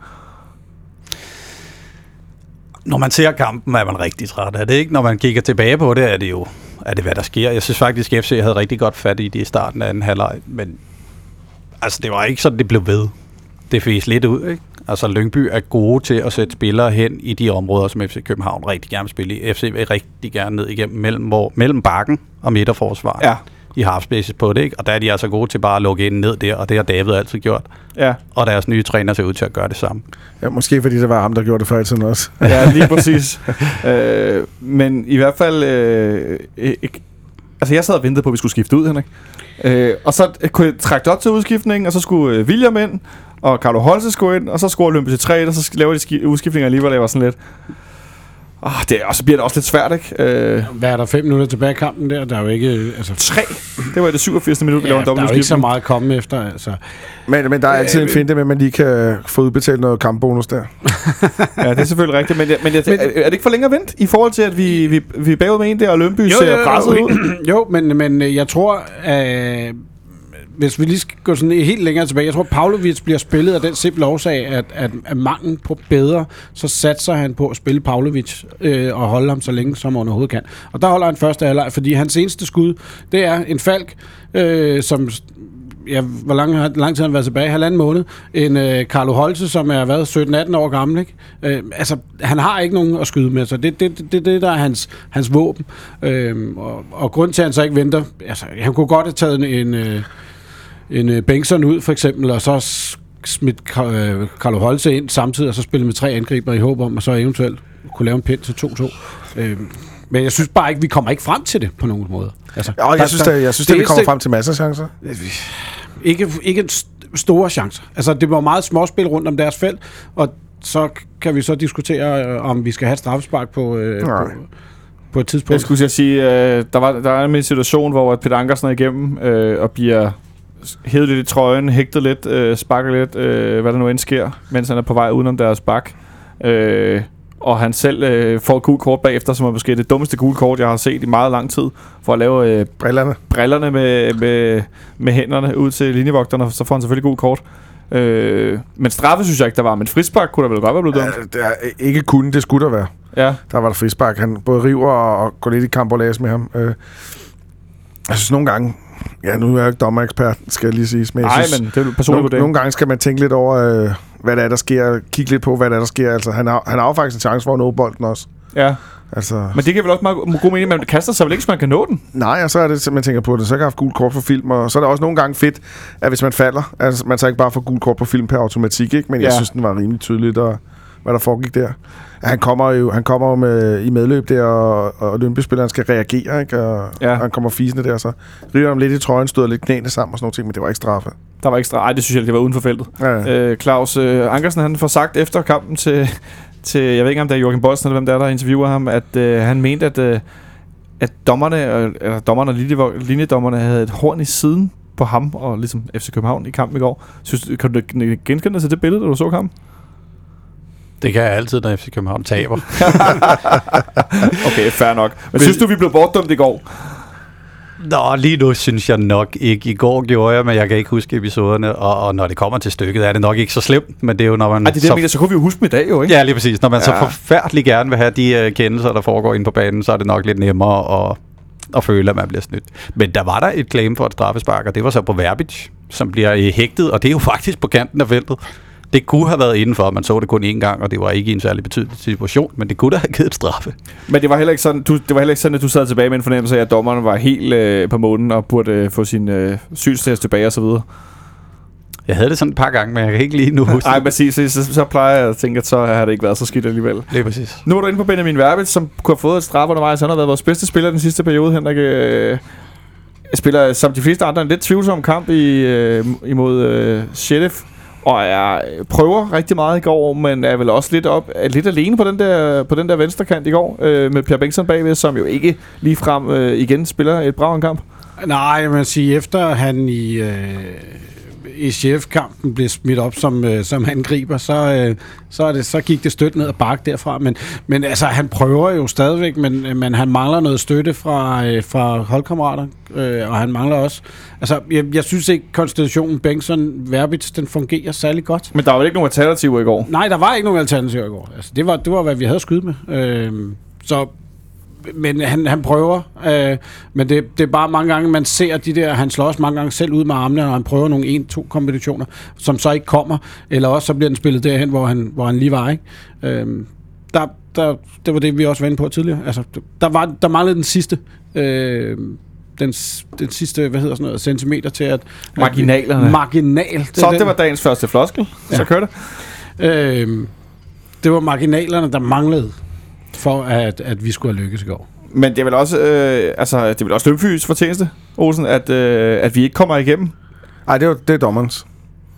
Når man ser kampen, er man rigtig træt af det, ikke? Når man kigger tilbage på det, er det hvad der sker. Jeg synes faktisk, at FC havde rigtig godt fat i det i starten af anden halvleg, men altså, det var ikke sådan, det blev ved. Det fæs lidt ud, ikke? Altså, Lyngby er gode til at sætte spillere hen i de områder, som FC København rigtig gerne vil spille i. FC vil rigtig gerne ned igennem mellem bakken og midterforsvaret. Ja. I halfspaces på det, ikke? Og der er de altså gode til bare at lukke ind ned der, og det har David altid gjort. Ja. Og deres nye træner ser ud til at gøre det samme. Ja, måske fordi det var ham, der gjorde det før i tiden også. Ja, lige præcis. Men i hvert fald... altså, jeg sad og ventede på, at vi skulle skifte ud, Henrik. Og så kunne jeg trække op til udskiftningen, og så skulle William ind, og Carlo Holse skulle ind, og så scorede Lyngby til 3, og så laver de udskiftninger alligevel, det var sådan lidt... så bliver det også lidt svært, ikke? Hvad er der 5 minutter tilbage i kampen der? Der er jo ikke... Altså 3. Det var i det 87. minut, vi laver en dobbelt. Der er jo ikke så meget at komme efter, altså. Men der er altid en finte med, at man lige kan få udbetalt noget kampbonus der. Ja, det er selvfølgelig rigtigt. Men er det ikke for længe at vente, i forhold til, at vi er bagud med en der, og Lyngby ser presset ud? Jo, men jeg tror... hvis vi lige skal gå sådan helt længere tilbage, jeg tror, Pavlovic bliver spillet af den simple årsag, at manglen på bedre, så satser han på at spille Pavlovic og holde ham så længe, som han overhovedet kan. Og der holder han første halvleg, fordi hans eneste skud, det er en Falk, som... Ja, hvor lang tid han har været tilbage? 1,5 måned. En Carlo Holse, som er været 17-18 år gammel, ikke? Altså, han har ikke nogen at skyde med, så det der er hans våben. Og grund til, at han så ikke venter... Altså, han kunne godt have taget en Bengtsson ud, for eksempel, og så smidt Carlo Holse ind samtidig, og så spille med 3 angriber i håb om, og så eventuelt kunne lave en pind til 2-2. Men jeg synes bare ikke, vi kommer ikke frem til det på nogen måde. Altså, jeg synes, vi kommer frem til masser af chancer. Ikke store chancer. Altså, det var meget småspil rundt om deres felt, og så kan vi så diskutere, om vi skal have et straffespark på et tidspunkt. Jeg skulle sige, der er en situation, hvor Peter Ankersen er igennem og bliver hævet lidt i trøjen, hægtet lidt, sparker lidt, hvad der nu end sker, mens han er på vej udenom deres bak. Og han selv får et gult kort bagefter, som er måske det dummeste gule kort, jeg har set i meget lang tid, for at lave brillerne med hænderne ud til linjevogterne, så får han selvfølgelig gult kort. Men straffe synes jeg ikke, der var, men frispark kunne der vel godt være blevet dømt. Det er ikke kun, det skulle der være. Ja. Der var der frispark. Han både river og går lidt i kampolads med ham. Jeg synes nogle gange, ja, nu er jeg ikke dommerekspert, skal jeg lige sige. Men nej, men det er personligt vurdering. Nogle gange skal man tænke lidt over, hvad der er, der sker. Kigge lidt på, hvad der sker. Altså, han har jo faktisk en chance for at nå bolden også. Ja. Altså. Men det kan vel også meget god mening, man kaster sig vel ikke, så man kan nå den? Nej, og så er det, man tænker på det. Så kan jeg have gult kort for film, og så er det også nogle gange fedt, at hvis man falder, altså man så ikke bare får gult kort på film per automatik, ikke? Men jeg synes, den var rimelig tydeligt, hvad der foregik der. Han kommer jo med i medløb der, og Lyngby-spilleren skal reagere, ikke? Og han kommer fisende der, så river ham lidt i trøjen, støder lidt knæene sammen og sådan noget ting, men det var ikke straffe. Der var ikke straffe. Ej, det synes jeg, det var uden for feltet. Ja. Claus Ankersen, han får sagt efter kampen til jeg ved ikke, om det er Joachim Bolsen eller hvem der interviewer ham, at han mente, at dommerne og linjedommerne havde et horn i siden på ham og ligesom FC København i kampen i går. Kan du genkende dig til det billede, da du så kampen? Det kan jeg altid, når FC København taber. Okay, fair nok. Men synes du, vi blev bortdømt i går? Nå, lige nu synes jeg nok ikke. I går gjorde jeg, men jeg kan ikke huske episoderne, og når det kommer til stykket, er det nok ikke så slemt, men det er jo, når man... Ej, det er det, jeg mener, så kunne vi jo huske dem i dag, jo, ikke? Ja, lige præcis. Når man så forfærdeligt gerne vil have de kendelser, der foregår inde på banen, så er det nok lidt nemmere at føle, at man bliver snydt. Men der var der et claim for et straffespark, og det var så på Verbic, som bliver hægtet, og det er jo faktisk på kanten af feltet. Det kunne have været indenfor, man så det kun én gang, og det var ikke i en særlig betydelig situation, men det kunne da have givet et straffe. Men det var heller ikke sådan, at du sad tilbage med en fornemmelse af, at dommeren var helt på månen og burde få sin synstest tilbage og så videre. Jeg havde det sådan et par gange, men jeg kan ikke lige nu huske. Nej, præcis. Så plejer jeg at tænke, at så har det ikke været så skidt alligevel. Det er præcis. Nu er du inde på Benjamin Verbic, som kunne have fået et straf undervejs. Han har været vores bedste spiller den sidste periode. Henrik spiller som de fleste andre en lidt tvivlsom kamp imod Sheriff. Og jeg prøver rigtig meget i går, men er vel også lidt alene på den der venstre kant i går, med Pierre Bengtsson bagved, som jo ikke ligefrem igen spiller et brav kamp. Nej, jeg vil sige, efter han i chefkampen blev smidt op som angriber, så gik det stødt ned og bakke derfra. Men altså, han prøver jo stadigvæk, men han mangler noget støtte fra holdkammerater, og han mangler også... Altså, jeg synes ikke, konstellationen Bengtsson-Verbic, den fungerer særlig godt. Men der var vel ikke nogen alternativer i går? Nej, der var ikke nogen alternativer i går. Altså, det var hvad vi havde skudt med. Men han prøver, men det er bare mange gange, man ser de der, han slår også mange gange selv ud med armene, når han prøver nogle 1-2 kombinationer, som så ikke kommer, eller også så bliver den spillet derhen, hvor han lige var, ikke? Det var det, vi også var inde på tidligere. Altså, der manglede den sidste, den sidste, hvad hedder sådan noget, centimeter til at... Marginalerne. Marginal. Det var dagens første floskel, så kører det. Det var marginalerne, der manglede for at vi skulle have lykkes i går. Men det er vel også det er vel også Lyngby's fortjeneste, Olsen, at vi ikke kommer igennem. Nej, det er dommerens.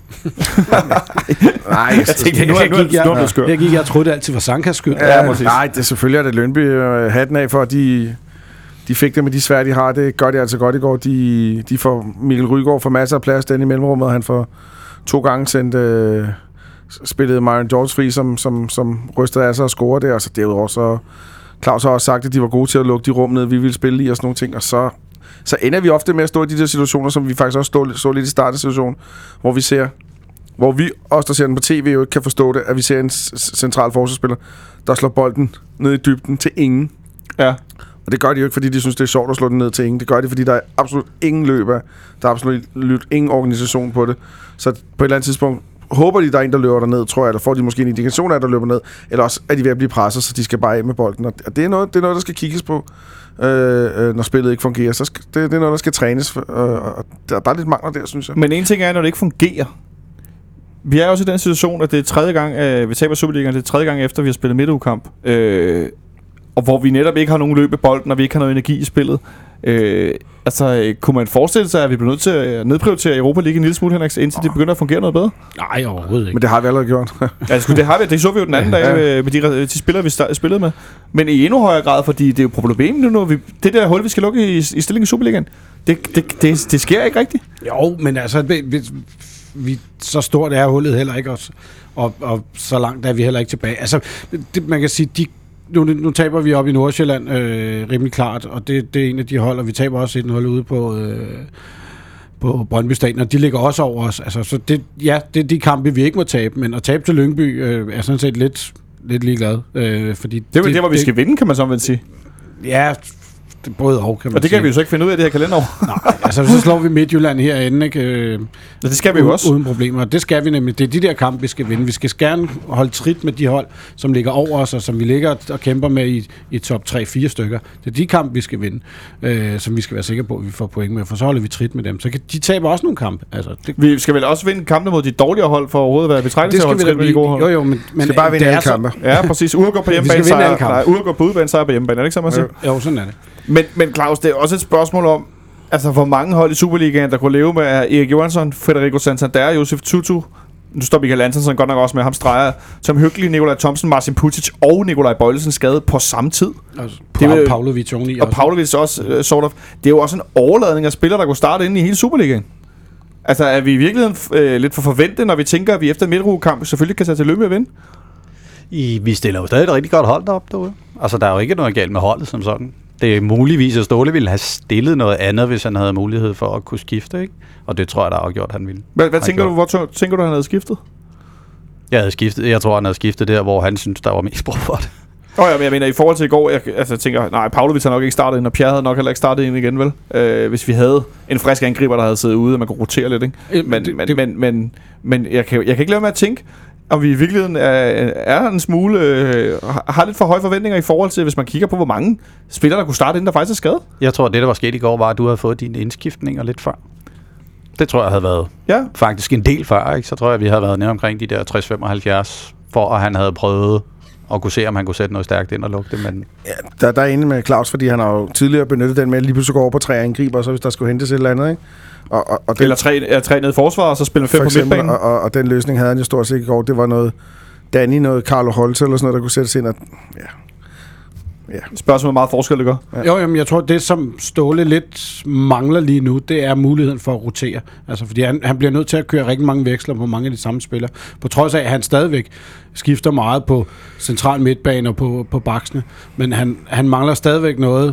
Nej, jeg tænkte, jeg troede det altid var Sankas skyld. Nej, det selvfølgelig er det Lyngby hatten af for, at de fik det med de svære, de har. Det gør de altså godt i går. De får Mikkel Rygaard for masser af plads den i mellemrummet, og han får 2 gange sendt spillede Myron George fri, som rystede af sig og scorede det, og så derudover så Claus har også sagt, at de var gode til at lukke de rum ned, vi ville spille i og sådan nogle ting, og så ender vi ofte med at stå i de der situationer, som vi faktisk også så lidt i starten af situationen, hvor vi også, der ser den på tv, jo ikke kan forstå det, at vi ser en central forsvarsspiller, der slår bolden ned i dybden til ingen. Ja. Og det gør de jo ikke, fordi de synes, det er sjovt at slå den ned til ingen. Det gør de, fordi der er absolut ingen løb af, der er absolut ingen organisation på det. Så på et eller andet tidspunkt håber de, der er en, der løber derned, tror jeg, eller får de måske en indikation af, der løber ned, eller også er de ved at blive presset, så de skal bare af med bolden. Og det er noget, der skal kigges på, når spillet ikke fungerer. Så det er noget, der skal trænes, og der er lidt mangler der, synes jeg. Men en ting er, når det ikke fungerer. Vi er også i den situation, at det er 3. gang, vi taber Superligaen, det er 3. gang efter, vi har spillet midtugekamp, og hvor vi netop ikke har nogen løb i bolden, og vi ikke har noget energi i spillet. Kunne man forestille sig, at vi bliver nødt til at nedprioritere Europa League en lille smule, Henrik, indtil det begynder at fungere noget bedre? Nej, overhovedet ikke. Men det har vi allerede gjort. Det så vi jo den anden dag med de spillere, vi spillede med. Men i endnu højere grad, fordi det er jo problemet nu, det der hul, vi skal lukke i stillingen i Superligaen, det sker ikke rigtigt. Jo, men altså, vi så stort er hullet heller ikke også, og så langt er vi heller ikke tilbage. Altså, man kan sige, nu taber vi op i Nordsjælland rimelig klart, og det er en af de hold, og vi taber også et hold ude på Brøndby Stadion, og de ligger også over os. Altså, så det er de kampe, vi ikke må tabe, men at tabe til Lyngby er sådan set lidt ligeglad. Fordi det er vel det, hvor vi skal vinde, kan man sådan sige. Ja, både og, kan man og det kan vi jo så ikke finde ud af det her kalenderår. Nej, altså så slår vi Midtjylland herinde, ikke? Det skal vi jo også. Uden problemer. Det skal vi nemlig. Det er de der kampe, vi skal vinde. Vi skal gerne holde trit med de hold, som ligger over os, og som vi ligger og kæmper med i top 3-4 stykker. Det er de kampe, vi skal vinde, som vi skal være sikre på, at vi får point med, for så holder vi trit med dem. Så de taber også nogle kampe. Altså, vi skal vel også vinde kampene mod de dårligere hold, for overhovedet at være betragtet til at holde trit med de gode hold. Jo, men skal bare vinde alle kampe. Ja, præcis. Uafgjort på hjemmebane, uafgjort på udebane, sejr på hjemmebane. Er det ikke så, man siger? Jo, sådan er det. Men Claus, det er også et spørgsmål om, altså hvor mange hold i Superligaen, der kunne leve med Erik Johansson, Federico Santander, Josef Tutu, nu står Michael Antonsen godt nok også med ham streger, Tom Hyggelig, Nikolaj Thomsen, Marcin Putic og Nikolaj Bøjlesen skade på samme tid. Pavlovic oveni og Pavlovic også, sort of. Det er jo også en overladning af spillere, der kunne starte inde i hele Superligaen. Altså er vi i virkeligheden lidt for forventet, når vi tænker, at vi efter midtugekamp selvfølgelig kan tage til Lyngby og vinde? Vi stiller jo stadig et rigtig godt hold deroppe derude. Altså der er jo ikke noget galt med holdet som sådan. Det er muligvis, at Ståle ville have stillet noget andet, hvis han havde mulighed for at kunne skifte, ikke? Og det tror jeg, der har gjort, han ville. Hvad tænker du? Hvor tænker du, han havde skiftet? Jeg tror, han havde skiftet der, hvor han synes, der var mest brug for det. Men jeg mener, i forhold til i går, jeg tænker, nej, Pavlovic har nok ikke startet ind, og Pierre havde nok heller ikke startet ind igen, vel? Hvis vi havde en frisk angriber, der havde siddet ude, og man kunne rotere lidt, ikke? Men jeg kan ikke lade med at tænke, om vi i virkeligheden er en smule, har lidt for høje forventninger i forhold til, hvis man kigger på, hvor mange spillere, der kunne starte inden, der faktisk er skadet. Jeg tror, det, der var sket i går, var, at du havde fået dine indskiftninger lidt før. Det tror jeg havde været faktisk en del før, ikke? Så tror jeg, vi havde været nede omkring de der 60-75, for at han havde prøvet at kunne se, om han kunne sætte noget stærkt ind og lukke det. Men Ja, der er inde med Claus, fordi han har jo tidligere benyttet den med, at lige pludselig gå over på 3 angriber, og så hvis der skulle hentes et eller andet, ikke? Og Eller 3 nede i forsvaret, og så spiller 5 på midtbanen. Og den løsning havde han jo stort set i går. Det var noget Danny, noget Carlo Holte eller sådan noget, der kunne sættes ind. Og, Spørgsmålet er meget forskel, det gør. Ja. Jo, jamen, jeg tror, det som Ståle lidt mangler lige nu, det er muligheden for at rotere. Altså, fordi han bliver nødt til at køre rigtig mange veksler på mange af de samme spillere. På trods af, at han stadigvæk skifter meget på central midtbane og på baksene. Men han mangler stadigvæk noget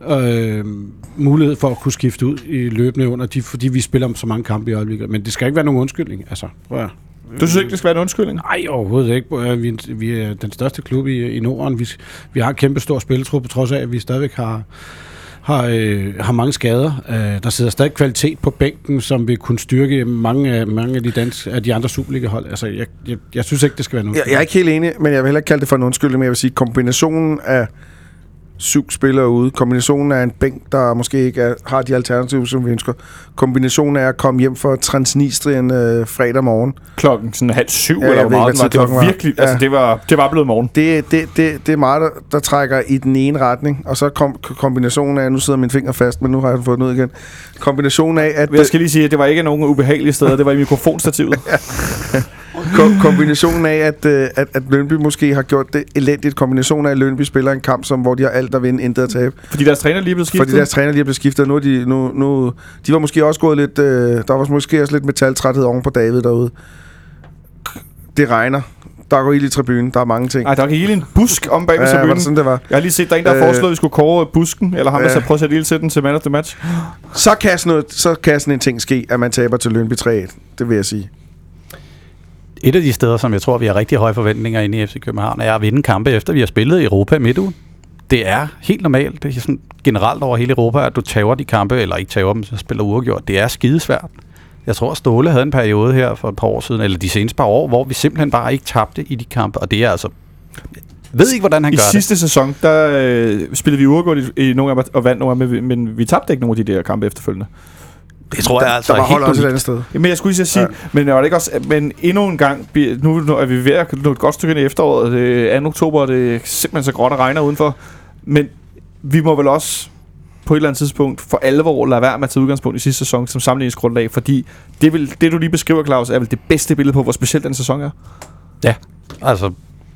mulighed for at kunne skifte ud i løbende under, fordi vi spiller om så mange kampe i øjeblikket. Men det skal ikke være nogen undskyldning. Altså, Du synes ikke, det skal være en undskyldning? Nej, overhovedet ikke. Vi er den største klub i Norden. Vi har en kæmpe stor spilletrup, på trods af, at vi stadigvæk har mange skader. Der sidder stadig kvalitet på bænken, som vil kunne styrke mange af de andre Superliga-hold. Altså, jeg synes ikke, det skal være noget. Jeg er ikke helt enig, men jeg vil heller ikke kalde det for en undskyldning, men jeg vil sige, kombinationen af 7 spillere ude, kombinationen af en bænk, der måske ikke har de alternativer, som vi ønsker, kombinationen af at komme hjem fra Transnistrien fredag morgen. Klokken sådan 6:30, eller hvor meget det var. Det var virkelig, altså det var blevet morgen. Det er meget, der trækker i den ene retning, og så kombinationen af, nu sidder min finger fast, men nu har jeg fået den ud igen. Kombinationen af, at... Jeg skal lige sige, at det var ikke nogen ubehagelige steder, det var i mikrofonstativet. Kombinationen af, at Lyngby måske har gjort det elendigt. Kombinationen af, at Lyngby spiller en kamp, hvor de har alt at vinde, intet at tabe. Fordi deres træner lige er blevet skiftet? Nu de var måske også gået lidt... der var måske også lidt metaltræthed oven på David derude. Det regner. Der går ild i tribunen. Der er mange ting. Nej, der går ild i en busk om bag ved tribunen. Var det sådan, det var? Jeg har lige set, der er en, der har foreslået, at vi skulle kåre busken, eller ham, der så prøve at sætte ild til den til man of the match. Så kan sådan en ting ske, at man taber til Lyngby 3-1. Det vil jeg sige. Et af de steder, som jeg tror, vi har rigtig høje forventninger inde i FC København, er at vinde kampe, efter vi har spillet i Europa i midtugen. Det er helt normalt. Det er sådan generelt over hele Europa, at du tager de kampe, eller ikke tager dem, så spiller uafgjort. Det er skidesvært. Jeg tror, Ståle havde en periode her for et par år siden, eller de seneste par år, hvor vi simpelthen bare ikke tabte i de kampe, og det er altså... Jeg ved ikke, hvordan han gør det. I sidste sæson, der spillede vi uafgjort i nogle af og vandt nogle af, men vi tabte ikke nogen af de der kampe efterfølgende. Det tror jeg altså der var helt også et andet sted. Men jeg skulle lige sige, men var det ikke også, men endnu en gang, nu er vi ved at nå et godt stykke ind i efteråret, det er 2. oktober, det er simpelthen så gråt og regner udenfor, men vi må vel også på et eller andet tidspunkt for alvor lade være med at tage udgangspunkt i sidste sæson som sammenligningsgrundlag, fordi det du lige beskriver, Claus, er vel det bedste billede på, hvor specielt den sæson er. Ja, altså...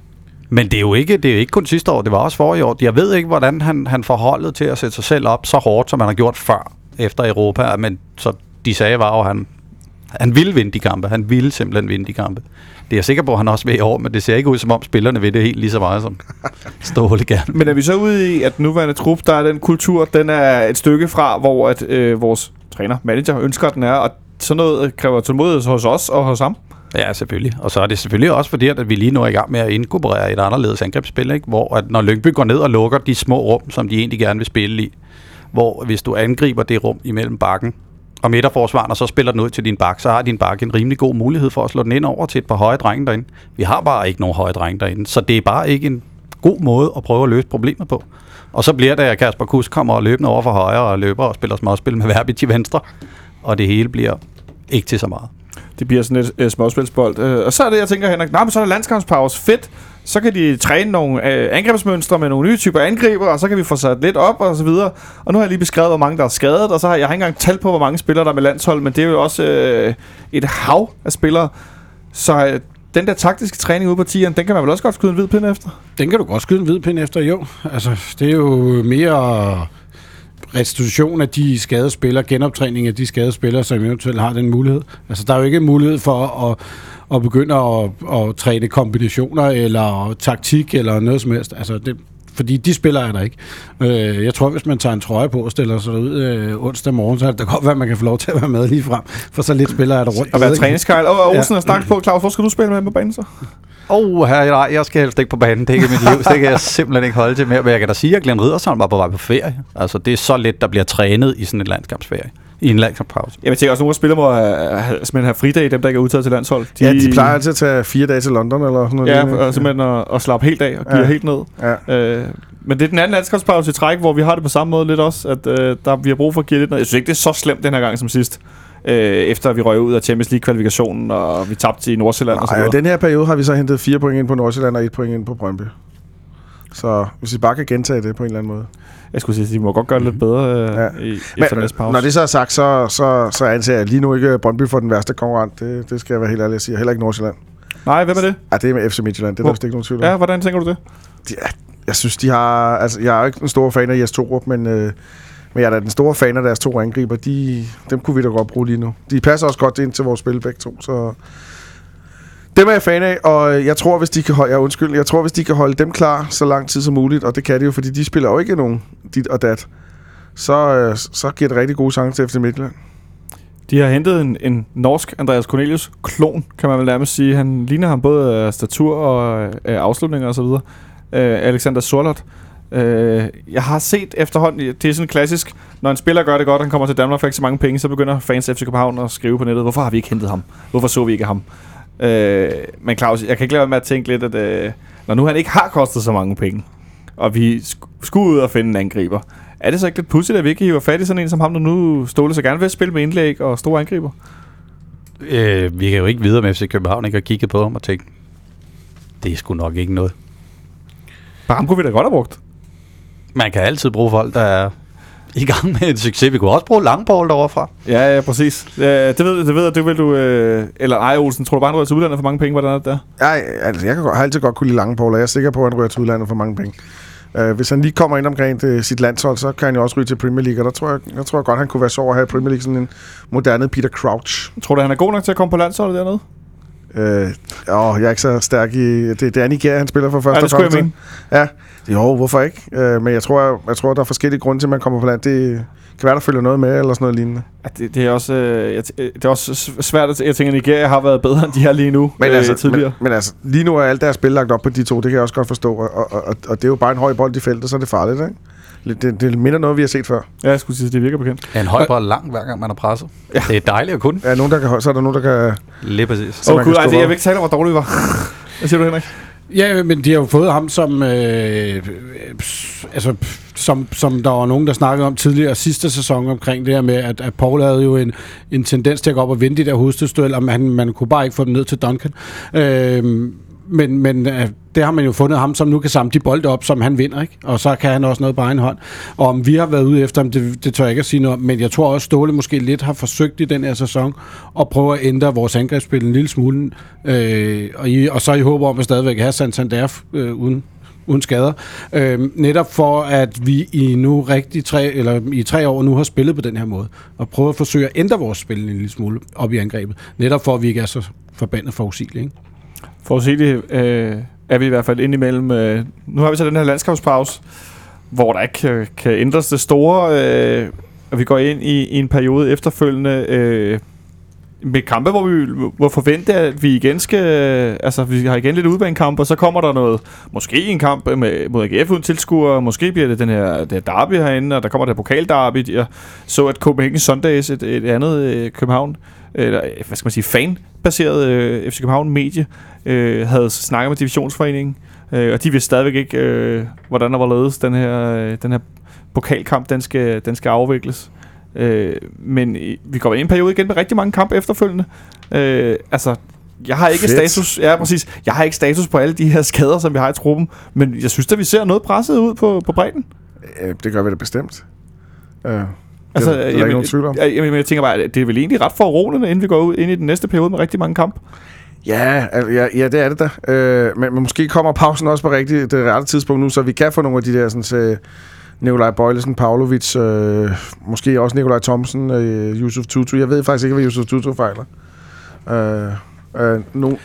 Men det er jo ikke kun sidste år, det var også forrige år. Jeg ved ikke, hvordan han forholdet til at sætte sig selv op så hårdt, som han har gjort før efter Europa, men så de sagde var jo, han ville vinde de kampe. Han ville simpelthen vinde de kampe. Det er jeg sikker på, at han også vil i år, men det ser ikke ud, som om spillerne vil det helt lige så meget, som Ståle gerne. Men er vi så ude i, at den nuværende trup, der er den kultur, den er et stykke fra, hvor at, vores træner, manager, ønsker, at den er, og sådan noget kræver tålmodighed hos os og hos ham? Ja, selvfølgelig. Og så er det selvfølgelig også fordi, at vi lige nu er i gang med at inkorporere et anderledes angrebsspil, ikke? Hvor at når Lyngby går ned og lukker de små rum, som de egentlig gerne vil spille i, hvor hvis du angriber det rum imellem bakken og midterforsvaren, og så spiller den ud til din bak, så har din bak en rimelig god mulighed for at slå den ind over til et par høje drenge derinde. Vi har bare ikke nogen høje drenge derinde, så det er bare ikke en god måde at prøve at løse problemet på. Og så bliver det, at Kasper Kuss kommer løbende over for højre og løber og spiller småspil med Verbit til venstre, og det hele bliver ikke til så meget. Det bliver sådan et småspilsbold. Og så er det, jeg tænker, Henrik, men så er der landskampspause. Fedt. Så kan de træne nogle angrebsmønstre med nogle nye typer angriber, og så kan vi få sat lidt op og så videre. Og nu har jeg lige beskrevet, hvor mange der er skadet, og så har jeg ikke engang talt på, hvor mange spillere der er med landshold, men det er jo også et hav af spillere. Så den der taktiske træning ude på tieren, den kan man vel også godt skyde en hvid pind efter? Den kan du godt skyde en hvid pind efter, jo. Altså, det er jo mere restitution af de skadede spillere, genoptræning af de skadede spillere, som eventuelt har den mulighed. Altså, der er jo ikke mulighed for at begynde at træne kombinationer eller taktik eller noget som helst. Altså, fordi de spiller er der ikke. Jeg tror, hvis man tager en trøje på og stiller sig ud onsdag morgen, så er det godt være, at man kan få lov til at være med lige frem, for så lidt spiller er der rundt. Og være træningskejl. Olsen er snakket på. Claus, hvor skal du spille med på banen så? Nej, jeg skal helst ikke på banen. Det er ikke mit liv. Det kan jeg simpelthen ikke holde til mere. Men jeg kan da sige, at Glenn Riddersholm var på vej på ferie. Altså, det er så lidt, der bliver trænet i sådan en landskampsferie. I en landskampspause. Jeg tænker også, nogle spillere må have fridag, dem der ikke er udtaget til landshold. De plejer altid at tage 4 dage til London eller sådan noget. Ja, og simpelthen at slappe helt af og give helt ned. Ja. Men det er den anden landskampspause i træk, hvor vi har det på samme måde lidt også, at vi har brug for at give lidt ned. Jeg synes ikke, det er så slemt den her gang som sidst. Efter vi røg ud af Champions League-kvalifikationen, og vi tabte i Nordsjælland og så videre. Den her periode har vi så hentet 4 point ind på Nordsjælland og 1 point ind på Brøndby. Så hvis vi bare kan gentage det på en eller anden måde. Jeg skulle sige, at de må godt gøre det lidt bedre efter næste pause. Når det så er sagt, så anser jeg lige nu ikke Brøndby for den værste konkurrent. Det skal jeg være helt ærlig at sige. Heller ikke Nordsjælland. Nej, hvem er det? Ja, det er med FC Midtjylland. Det er der vist ikke nogen tvivl om. Ja, hvordan tænker du det? Jeg synes, de har... Altså, jeg er jo ikke en stor fan af Jes Torup, men jeg er da den store fan af deres 2 angriber. Dem kunne vi da godt bruge lige nu. De passer også godt ind til vores spil begge to, så... Dem er jeg fan af, og jeg tror, hvis de kan holde dem klar så lang tid som muligt, og det kan de jo, fordi de spiller jo ikke nogen dit og dat, så giver det rigtig gode chancer til FC Midtjylland. De har hentet en norsk Andreas Cornelius klon, kan man vel nærmest sige. Han ligner ham både af statur og afslutninger og så videre. Alexander Sorloth. Jeg har set efterhånden, det er sådan klassisk, når en spiller gør det godt, og han kommer til Danmark for ikke så mange penge, så begynder fans af FC København at skrive på nettet, hvorfor har vi ikke hentet ham? Hvorfor så vi ikke ham? Men Claus, jeg kan ikke lade være med at tænke lidt, at når nu han ikke har kostet så mange penge, og vi skulle ud og finde en angriber, er det så ikke lidt pudsigt, at vi ikke hiver fat i sådan en som ham, der nu Ståle så gerne vil spille med indlæg og store angriber? Vi kan jo ikke videre med FC København, ikke har kigget på ham og tænkt, det er sgu nok ikke noget. Bare ham kunne vi da godt have brugt. Man kan altid bruge folk, der er i gang med en succes. Vi kunne også bruge Langpoul derovre fra. Ja, præcis. Det vil du... Eller ej, Olsen, tror du bare, han rører til udlandet for mange penge? Hvordan er det der? Ja, altså, jeg har altid godt kunne lide Langpoul, og jeg er sikker på, at han rører til udlandet for mange penge. Hvis han lige kommer ind omkring sit landshold, så kan han jo også ryge til Premier League, og der tror jeg godt, han kunne være så over at have Premier League sådan en moderne Peter Crouch. Tror du, han er god nok til at komme på landsholdet dernede? Jeg er ikke så stærk i... Det er Nigeria, han spiller for første ja, det skulle jeg mene. Ja, jo, hvorfor ikke? Men jeg tror, der er forskellige grunde til, at man kommer på land. Det kan være, der følger noget med, eller sådan noget lignende. Ja, det er også, det er også svært at... Jeg tænker, at Nigeria har været bedre, end de her lige nu tidligere. Men altså, lige nu er alt deres spil lagt op på de to. Det kan jeg også godt forstå. Og det er jo bare en høj bold i feltet, så er det farligt, ikke? Det minder noget, vi har set før. Ja, jeg skulle sige, det virker bekendt. En høj bold lang, hver gang man er presset. Ja. Det er dejligt at kunne. Ja, så er der nogen, der kan... Lige præcis. Gud, jeg vil ikke tale om, hvor dårligt vi var. Hvad siger du, Henrik? Ja, men de har jo fået ham som som der var nogen, der snakkede om tidligere sidste sæson omkring det her med, at Paul havde jo en tendens til at gå op og vinde de der hovedstødsdueller, og man kunne bare ikke få dem ned til Duncan. Men det har man jo fundet ham, som nu kan samle de bolde op, som han vinder, ikke? Og så kan han også noget på egen hånd. Og om vi har været ude efter ham, det tør jeg ikke at sige noget om, men jeg tror også, Ståle måske lidt har forsøgt i den her sæson at prøve at ændre vores angrebsspil en lille smule, og så i håb om at stadigvæk have Santander uden skader. Netop for, at vi i 3 år nu har spillet på den her måde, og prøve at forsøge at ændre vores spil en lille smule op i angrebet. Netop for, at vi ikke er så forbandet forudsigelige, ikke? Forudsigeligt er vi i hvert fald indimellem. Nu har vi så den her landskabspause, hvor der ikke kan ændres det store, og vi går ind i en periode efterfølgende med kampe, hvor vi må forvente, at vi igen skal... Altså, vi har igen lidt udbanekamp, og så kommer der noget... Måske en kamp mod AGF uden tilskuere, måske bliver det det her derby herinde, og der kommer der pokalderby. Jeg så, at Copenhagen Sundays, et andet København, eller hvad skal man sige, fanbaseret FC København-medie, havde snakket med divisionsforeningen, og de vidste stadigvæk ikke, hvordan der var ledes den her pokalkamp, den skal afvikles. Men vi går ind i en periode igen med rigtig mange kampe efterfølgende. Altså, jeg har ikke status. Ja, præcis. Jeg har ikke status på alle de her skader, som vi har i truppen, men jeg synes, at vi ser noget presset ud på bredden. Det gør vi da bestemt. Altså, det er ikke nogen tvivl om. Jeg tænker bare, det er vel egentlig ret foruroligende, inden vi går ud ind i den næste periode med rigtig mange kampe. Ja, det er det da. Men måske kommer pausen også på det rette tidspunkt nu, så vi kan få nogle af de der sådan, Nikolaj Bøjlesen, Pavlovic, måske også Nikolaj Thomsen, Yusuf Tutu. Jeg ved faktisk ikke, hvad Yusuf Tutu fejler.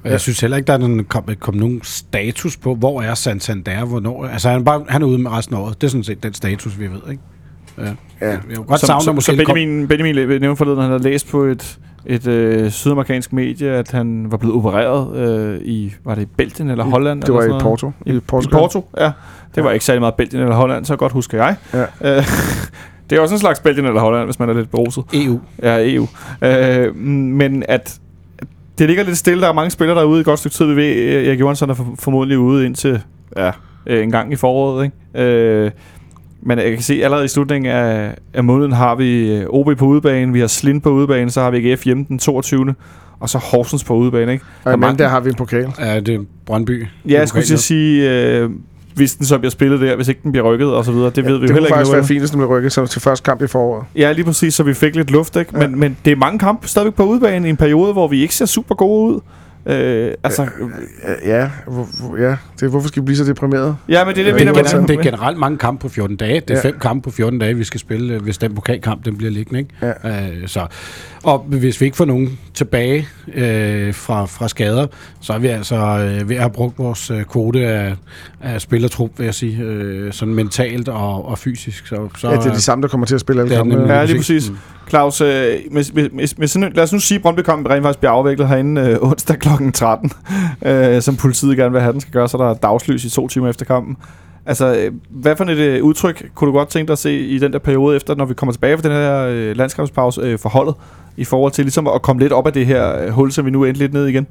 Og jeg synes heller ikke, der er kommet nogen status på, hvor er Santander, hvornår. Altså han er ude med resten af året. Det er sådan set den status, vi ved, ikke? Ja. Jeg vil godt savne måske. Så Benjamin nævnte forleden, han havde læst på et sydamerikansk medie, at han var blevet opereret var det i Belgien eller Holland? Det var eller i Porto. I Porto, ja. Det var ikke særlig meget Belgien eller Holland, så godt husker jeg. Ja. Det er også en slags Belgien eller Holland, hvis man er lidt beruset. EU. Ja, EU. Men at det ligger lidt stille. Der er mange spillere derude i et godt stykke tid. Vi ved, Erik Johansson er formodentlig ude indtil en gang i foråret, ikke? Men jeg kan se, allerede i slutningen af måneden har vi OB på udebane, vi har Slind på udebane, så har vi AGF hjemme den 22. Og så Horsens på udebane, ikke? Og der har vi en pokal. Ja, det er Brøndby. Ja, jeg skulle sige, hvis den så bliver spillet der, hvis ikke den bliver rykket og så videre. Det ved vi jo heller ikke. Det kunne faktisk være fint, hvis den bliver rykket som til første kamp i foråret. Ja, lige præcis, så vi fik lidt luft, ikke? Ja. Men det er mange kampe stadigvæk på udebane i en periode, hvor vi ikke ser super gode ud. Hvorfor skal vi blive så deprimeret? Ja, men det er det er generelt mange kampe på 14 dage. Det er 5 kampe på 14 dage, vi skal spille, hvis den pokalkamp den bliver liggende, ikke? Ja. Og hvis vi ikke får nogen tilbage fra skader, så er vi altså ved at have brugt vores kvote af spillertrup, vil jeg sige, sådan mentalt og fysisk. Så det er de samme, der kommer til at spille alle kampe. Ja, lige præcis. Claus, lad os nu sige, at Brøndby-kampen rent faktisk bliver afviklet herinde onsdag kl. 13, som politiet gerne vil have, den skal gøre, så der er dagslys i 2 timer efter kampen. Altså, hvad for et udtryk kunne du godt tænke dig at se i den der periode efter, når vi kommer tilbage fra den her landskampspause forholdet, i forhold til ligesom at komme lidt op af det her hul, som vi nu er endt lidt ned igen?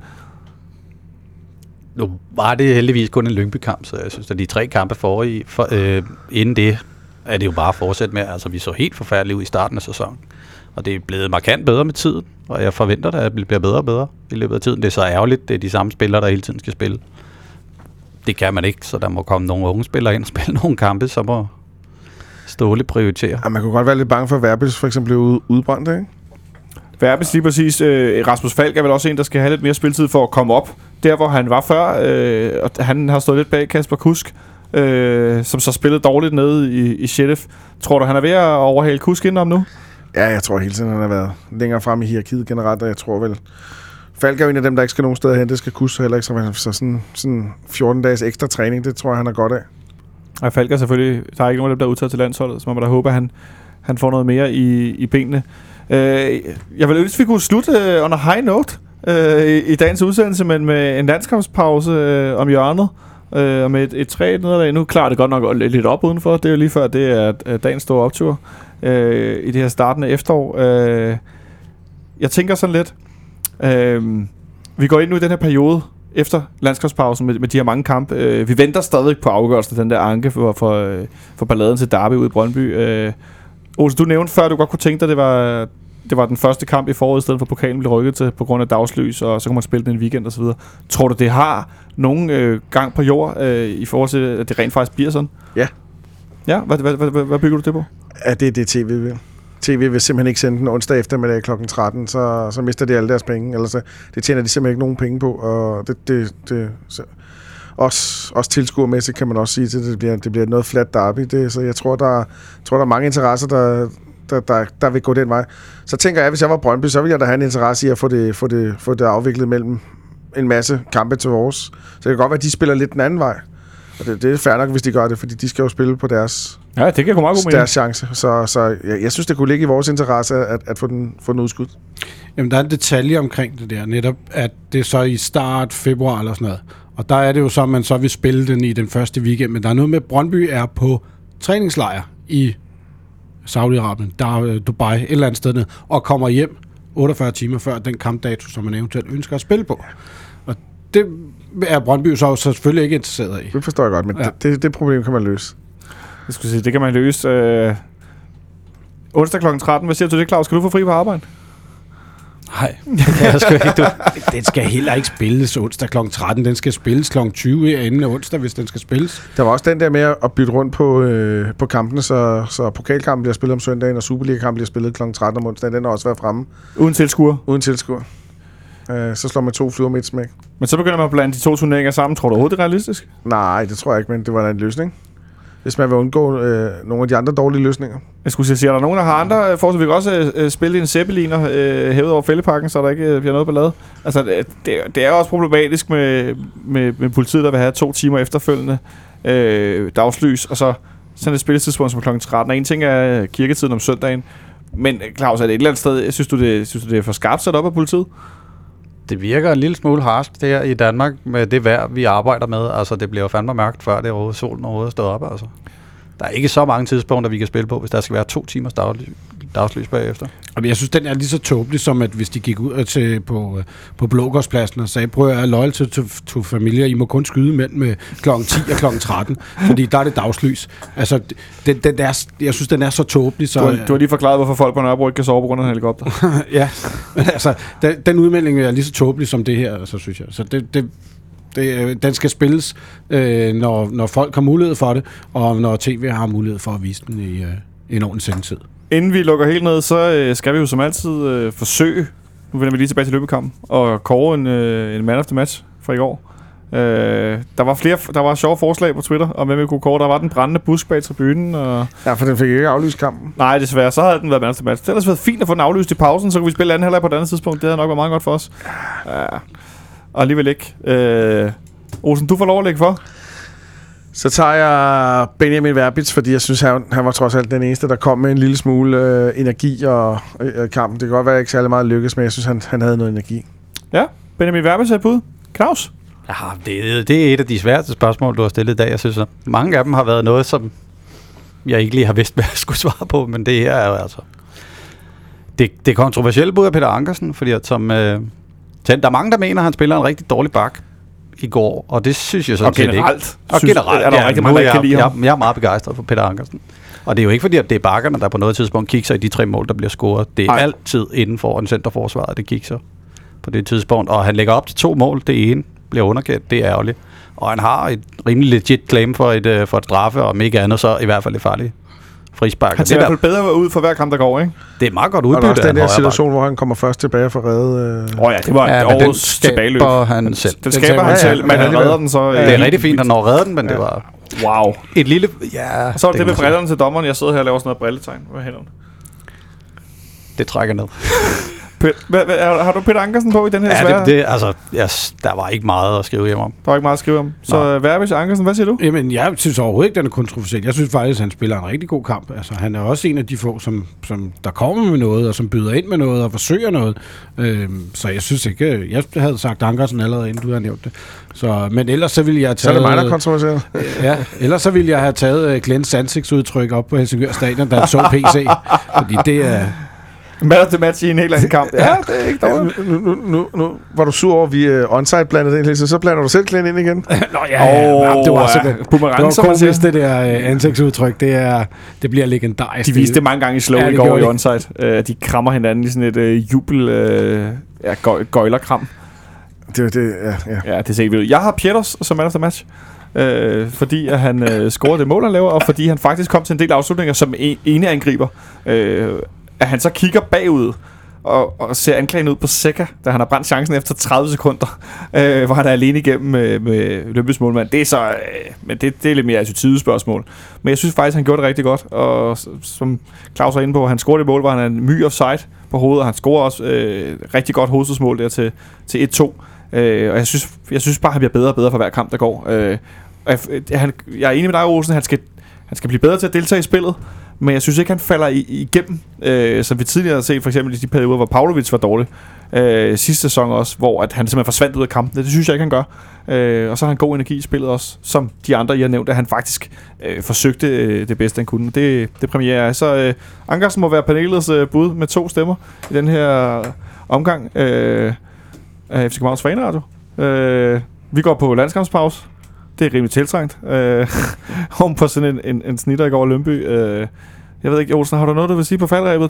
Nu var det heldigvis kun en Lyngby-kamp, så jeg synes, at de 3 kampe inden det, er det jo bare at fortsætte med. Altså, vi så helt forfærdeligt ud i starten af sæsonen. Og det er blevet markant bedre med tiden, og jeg forventer da, at det bliver bedre og bedre i løbet af tiden. Det er så ærgerligt, det er de samme spillere, der hele tiden skal spille. Det kan man ikke, så der må komme nogle unge spillere ind og spille nogle kampe, så må Ståle prioritere. Ja, man kunne godt være lidt bange for, at Verbis for eksempel bliver udbrændt, ikke? Verbis lige præcis. Rasmus Falk er vel også en, der skal have lidt mere spilletid for at komme op. Der, hvor han var før, og han har stået lidt bag Kasper Kusk, som så spillede dårligt nede i Sheriff. Tror du, han er ved at overhale Kusk indenom nu? Ja, jeg tror hele tiden, han har været længere frem i hierarkiet generelt, og jeg tror vel... Falk er jo en af dem, der ikke skal nogen steder hen. Det skal Kusk heller ikke, så sådan 14 dages ekstra træning, det tror jeg, han har godt af. Og Falk er selvfølgelig... Der er ikke nogen af dem, der er udtaget til landsholdet, så man må da håbe, at han får noget mere i benene. Jeg vil ønske, at vi kunne slutte on a high note i dagens udsendelse, men med en landskampspause om hjørnet. Og med et 3 nederlag. Nu klarer det godt nok lidt op udenfor. Det er jo lige før, det er dagens store optur i det her startende efterår. Jeg tænker sådan lidt, vi går ind nu i den her periode efter landskabspausen med de her mange kampe. Vi venter stadig på afgørelsen den der anke for balladen til Derby ude i Brøndby. Olsen, du nævnte før, du godt kunne tænke dig, det var den første kamp i foråret, i stedet for pokalen blev rykket til på grund af dagslys, og så kunne man spille den en weekend og så videre. Tror du, det har nogen gang på jord i forhold til, at det rent faktisk bliver sådan? Ja. Ja, hvad bygger du det på? Ja, det er det TV vil. TV vil simpelthen ikke sende den onsdag eftermiddag kl. 13, så mister de alle deres penge. Eller så, det tjener de simpelthen ikke nogen penge på, og også tilskuermæssigt kan man også sige, at det bliver noget flat derby. Så jeg tror, der er mange interesser, der vil gå den vej. Så tænker jeg, hvis jeg var Brøndby, så ville jeg da have en interesse i at få det afviklet mellem en masse kampe til vores. Så det kan godt være, at de spiller lidt den anden vej. Og det er fair nok, hvis de gør det, fordi de skal jo spille på deres, ja, det kan meget god deres chance. Så jeg synes, det kunne ligge i vores interesse at få den udskudt. Jamen, der er en detalje omkring det der, netop at det er så i start februar eller sådan noget. Og der er det jo så, at man så vil spille den i den første weekend. Men der er noget med, at Brøndby er på træningslejr i Saudi-Arabien, der er Dubai, et eller andet sted ned, og kommer hjem 48 timer før den kampdato, som man eventuelt ønsker at spille på. Og det er Brøndby så selvfølgelig ikke interesseret i. Det forstår jeg godt, men ja. det problem kan man løse. Jeg skulle sige, det kan man løse. Onsdag kl. 13, hvad siger du til det, Claus? Skal du få fri på arbejde? Nej, det kan jeg sgu ikke. Den skal heller ikke spilles onsdag kl. 13. Den skal spilles kl. 20 inden onsdag, hvis den skal spilles. Der var også den der med at bytte rundt på kampene, så pokalkampen bliver spillet om søndagen, og Superliga-kampen bliver spillet kl. 13 om onsdagen. Den har også været fremme. Uden tilskuer? Uden tilskuer. Så slår man 2 fluer med et smæk. Men så begynder man at blande de 2 turneringer sammen. Tror du overhovedet, det er realistisk? Nej, det tror jeg ikke, men det var da en løsning. hvis man vil undgå nogle af de andre dårlige løsninger. Jeg skulle sige, er der nogen, der har andre forslag? Vi kan også spille en Zeppeliner hævet over fældeparken, så der ikke bliver noget ballade. Altså, det er også problematisk med politiet, der vil have 2 timer efterfølgende dagslys, og så sådan et spilletidspunkt som kl. 13. Og en ting er kirketiden om søndagen, men Claus, er det et eller andet sted, synes du det er for skarpt sat op af politiet? Det virker en lille smule harsk det her i Danmark med det vejr, vi arbejder med. Altså, det bliver jo fandme mørkt, før solen overhovedet står op, altså. Der er ikke så mange tidspunkter, vi kan spille på, hvis der skal være 2 timers dagslys bagefter. Og jeg synes, den er lige så tåbelig, som at hvis de gik ud på Blågårdspladsen og sagde, prøv at være loyal til familier, I må kun skyde mænd med kl. 10 og kl. 13, fordi der er det dagslys. Altså, jeg synes, den er så tåbelig. Så, du har lige forklaret, hvorfor folk på Nørrebro ikke kan sove på grund af en helikopter. ja, men altså, den udmelding er lige så tåbelig som det her, så synes jeg. Så den skal spilles, når folk har mulighed for det, og når tv har mulighed for at vise den i en ordentlig sendetid. Inden vi lukker helt ned, så skal vi jo som altid forsøge, nu vender vi lige tilbage til løbekampen, og kåre en man of the match fra i går. Der var sjove forslag på Twitter om hvem vi kunne kåre. Der var den brændende busk bag tribunen. Og ja, for den fik ikke aflyst kampen. Nej, desværre. Så havde den været man of the match. Det havde ellers været fint at få den aflyst i pausen, så kunne vi spille anden halvleg på et andet tidspunkt. Det havde nok været meget godt for os. Og alligevel ikke. Olsen, du får lov at lægge for. Så tager jeg Benjamin Verbitz, fordi jeg synes, han var trods alt den eneste, der kom med en lille smule energi og kampen. Det kan godt være, at ikke særlig meget lykkes, men jeg synes, han havde noget energi. Ja, Benjamin Verbitz er et bud. Claus? Ja, det er et af de sværeste spørgsmål, du har stillet i dag. Jeg synes, at mange af dem har været noget, som jeg ikke lige har vidst, hvad jeg skulle svare på, men det her er jo altså... Det kontroversielle bud af Peter Ankersen, fordi at der er mange, der mener, at han spiller en rigtig dårlig bak i går, og det synes jeg sådan set ikke. Og generelt er der rigtig mange, der kan lide ham. Jeg er meget begejstret for Peter Ankersen. Og det er jo ikke fordi, at det er bakkerne, der på noget tidspunkt kigger i de 3 mål, der bliver scoret. Det er altid inden for en centerforsvar, det kigger på det tidspunkt. Og han lægger op til 2 mål. Det ene bliver underkendt. Det er ærgerligt. Og han har et rimelig legit claim for et straffe, og om ikke andet, så i hvert fald et farligt frispark. Han ser i hvert fald bedre ud for hver kamp, der går, ikke? Det er meget godt udbytte. Og der er også den der situation, hvor han kommer først tilbage for at redde... ja, det var et års tilbageløb. Han selv. Den skaber han selv, men han redder den så... Det er rigtig fint, at han når redder den, men det var... Wow. Et lille... Ja, og så var det med brillerne til dommeren. Jeg sidder her og laver sådan noget brilletegn med hænderne. Det trækker ned. Har du Peter Ankersen på i den her svære? Der var ikke meget at skrive hjem om. Der var ikke meget at skrive om. Så Verbitz Ankersen, hvad siger du? Jamen, jeg synes overhovedet ikke, den er kontroversiel. Jeg synes faktisk, at han spiller en rigtig god kamp. Altså, han er også en af de få, som der kommer med noget, og som byder ind med noget, og forsøger noget. Så jeg synes ikke... Jeg havde sagt Ankersen allerede, inden du havde nævnt det. Så, men ellers så ville jeg have taget... Så er det mig, der er kontroversiel. Ja, ellers så ville jeg have taget Glens ansigtsudtryk op på Helsingør Stadion, da han så PC. Fordi det er... Man of the match i en helt anden kamp. Ja, det er ikke dårligt. Nu var du sur over, at vi onside blandede det ind, så blander du selv Glenn ind igen. Nå ja, det var simpelthen... Boomerang, som man siger. Det der ansigtsudtryk, det bliver legendarisk. De viste det mange gange i slow i går i onside. De krammer hinanden i sådan et gøjlerkram. Ja. Ja, det ser vi ud. Jeg har Pieters som man of the match. Fordi at han scorede det mål, han laver, og fordi han faktisk kom til en del afslutninger som ene angriber. At han så kigger bagud og ser anklagen ud på Seca, da han har brændt chancen efter 30 sekunder, hvor han er alene igennem med Lønbys målmand. Det er så, men det er lidt mere attitude-spørgsmål. Men jeg synes faktisk, han gjorde det rigtig godt, og som Claus er inde på, han scorede det mål, hvor han er en my offside på hovedet, og han scorer også rigtig godt hovedstødsmål der til 1-2. Og jeg synes bare, han bliver bedre og bedre for hver kamp, der går. Jeg er enig med dig, Olsen, han skal blive bedre til at deltage i spillet, men jeg synes ikke, han falder igennem, som vi tidligere har set, for eksempel i de perioder, hvor Pavlovic var dårlig. Sidste sæson også, hvor at han simpelthen forsvandt ud af kampen. Det synes jeg ikke, han gør. Og så har han god energi i spillet også, som de andre, I har nævnt, at han faktisk forsøgte det bedste, han kunne. Det premiere. Så Ankersen må være panelets bud med 2 stemmer i den her omgang af FC Københavns Fanradio. Vi går på landskampspause. Det er rimelig tiltrængt. Om på sådan en snitter i går Lønby. Jeg ved ikke, Olsen, har du noget, du vil sige på faldrebet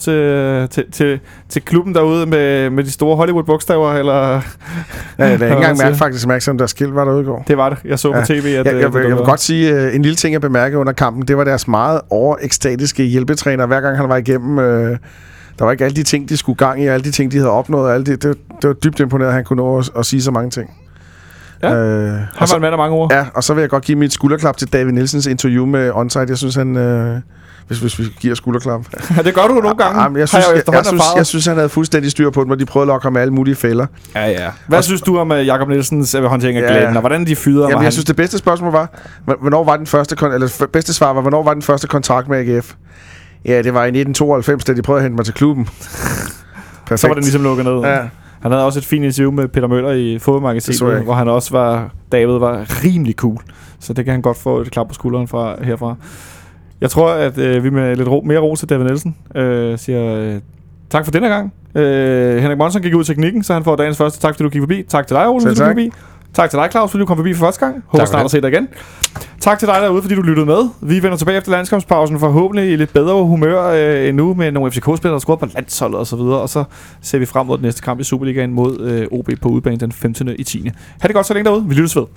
til klubben derude med de store Hollywood-bogstaver? Eller? Ja, jeg ikke engang mærke, som der skilt var derude i går. Det var det. Jeg så på tv. At, jeg vil godt sige, en lille ting, jeg bemærkede under kampen, det var deres meget overekstatiske hjælpetræner, hver gang han var igennem. Der var ikke alle de ting, de skulle gang i, alle de ting, de havde opnået. Det var dybt imponeret, at han kunne nå at sige så mange ting. Ja. Han var en mand af mange ord. Ja, og så vil jeg godt give mit skulderklap til David Nielsens interview med Onsite. Jeg synes, han... Hvis vi giver skulderklap. Ja, det gør du nogle gange. Jeg synes, han havde fuldstændig styr på den, hvor de prøvede at lokke ham med alle mulige fælder. Ja. Hvad synes du om Jakob Nielsens håndtering af Glenn, og hvordan de fyrede? Jamen, jeg synes, det bedste spørgsmål var, hvornår var den første... bedste svar var, hvornår var den første kontrakt med AGF? Ja, det var i 1992, da de prøvede at hente mig til klubben. Perfekt. Så var det ligesom lukket ned. Ja. Han havde også et fint interview med Peter Møller i Fodboldmagasinet, hvor han også var... David var rimelig cool. Så det kan han godt få et klap på skulderen herfra. Jeg tror, at vi med lidt mere ros til David Nielsen siger tak for denne gang. Henrik Monson gik ud i teknikken, så han får dagens første. Tak fordi du gik forbi. Tak til dig, Ole, fordi du gik forbi. Tak til dig, Claus, fordi du kom forbi for første gang. Håber snart at se dig igen. Tak til dig derude, fordi du lyttede med. Vi vender tilbage efter landskampspausen, forhåbentlig i lidt bedre humør end nu, med nogle FCK-spillere, der scorer på landsholdet og så videre. Og så ser vi frem mod den næste kamp i Superligaen mod OB på udebane den 15. i 10. Ha' det godt så længe derude. Vi lyttes ved.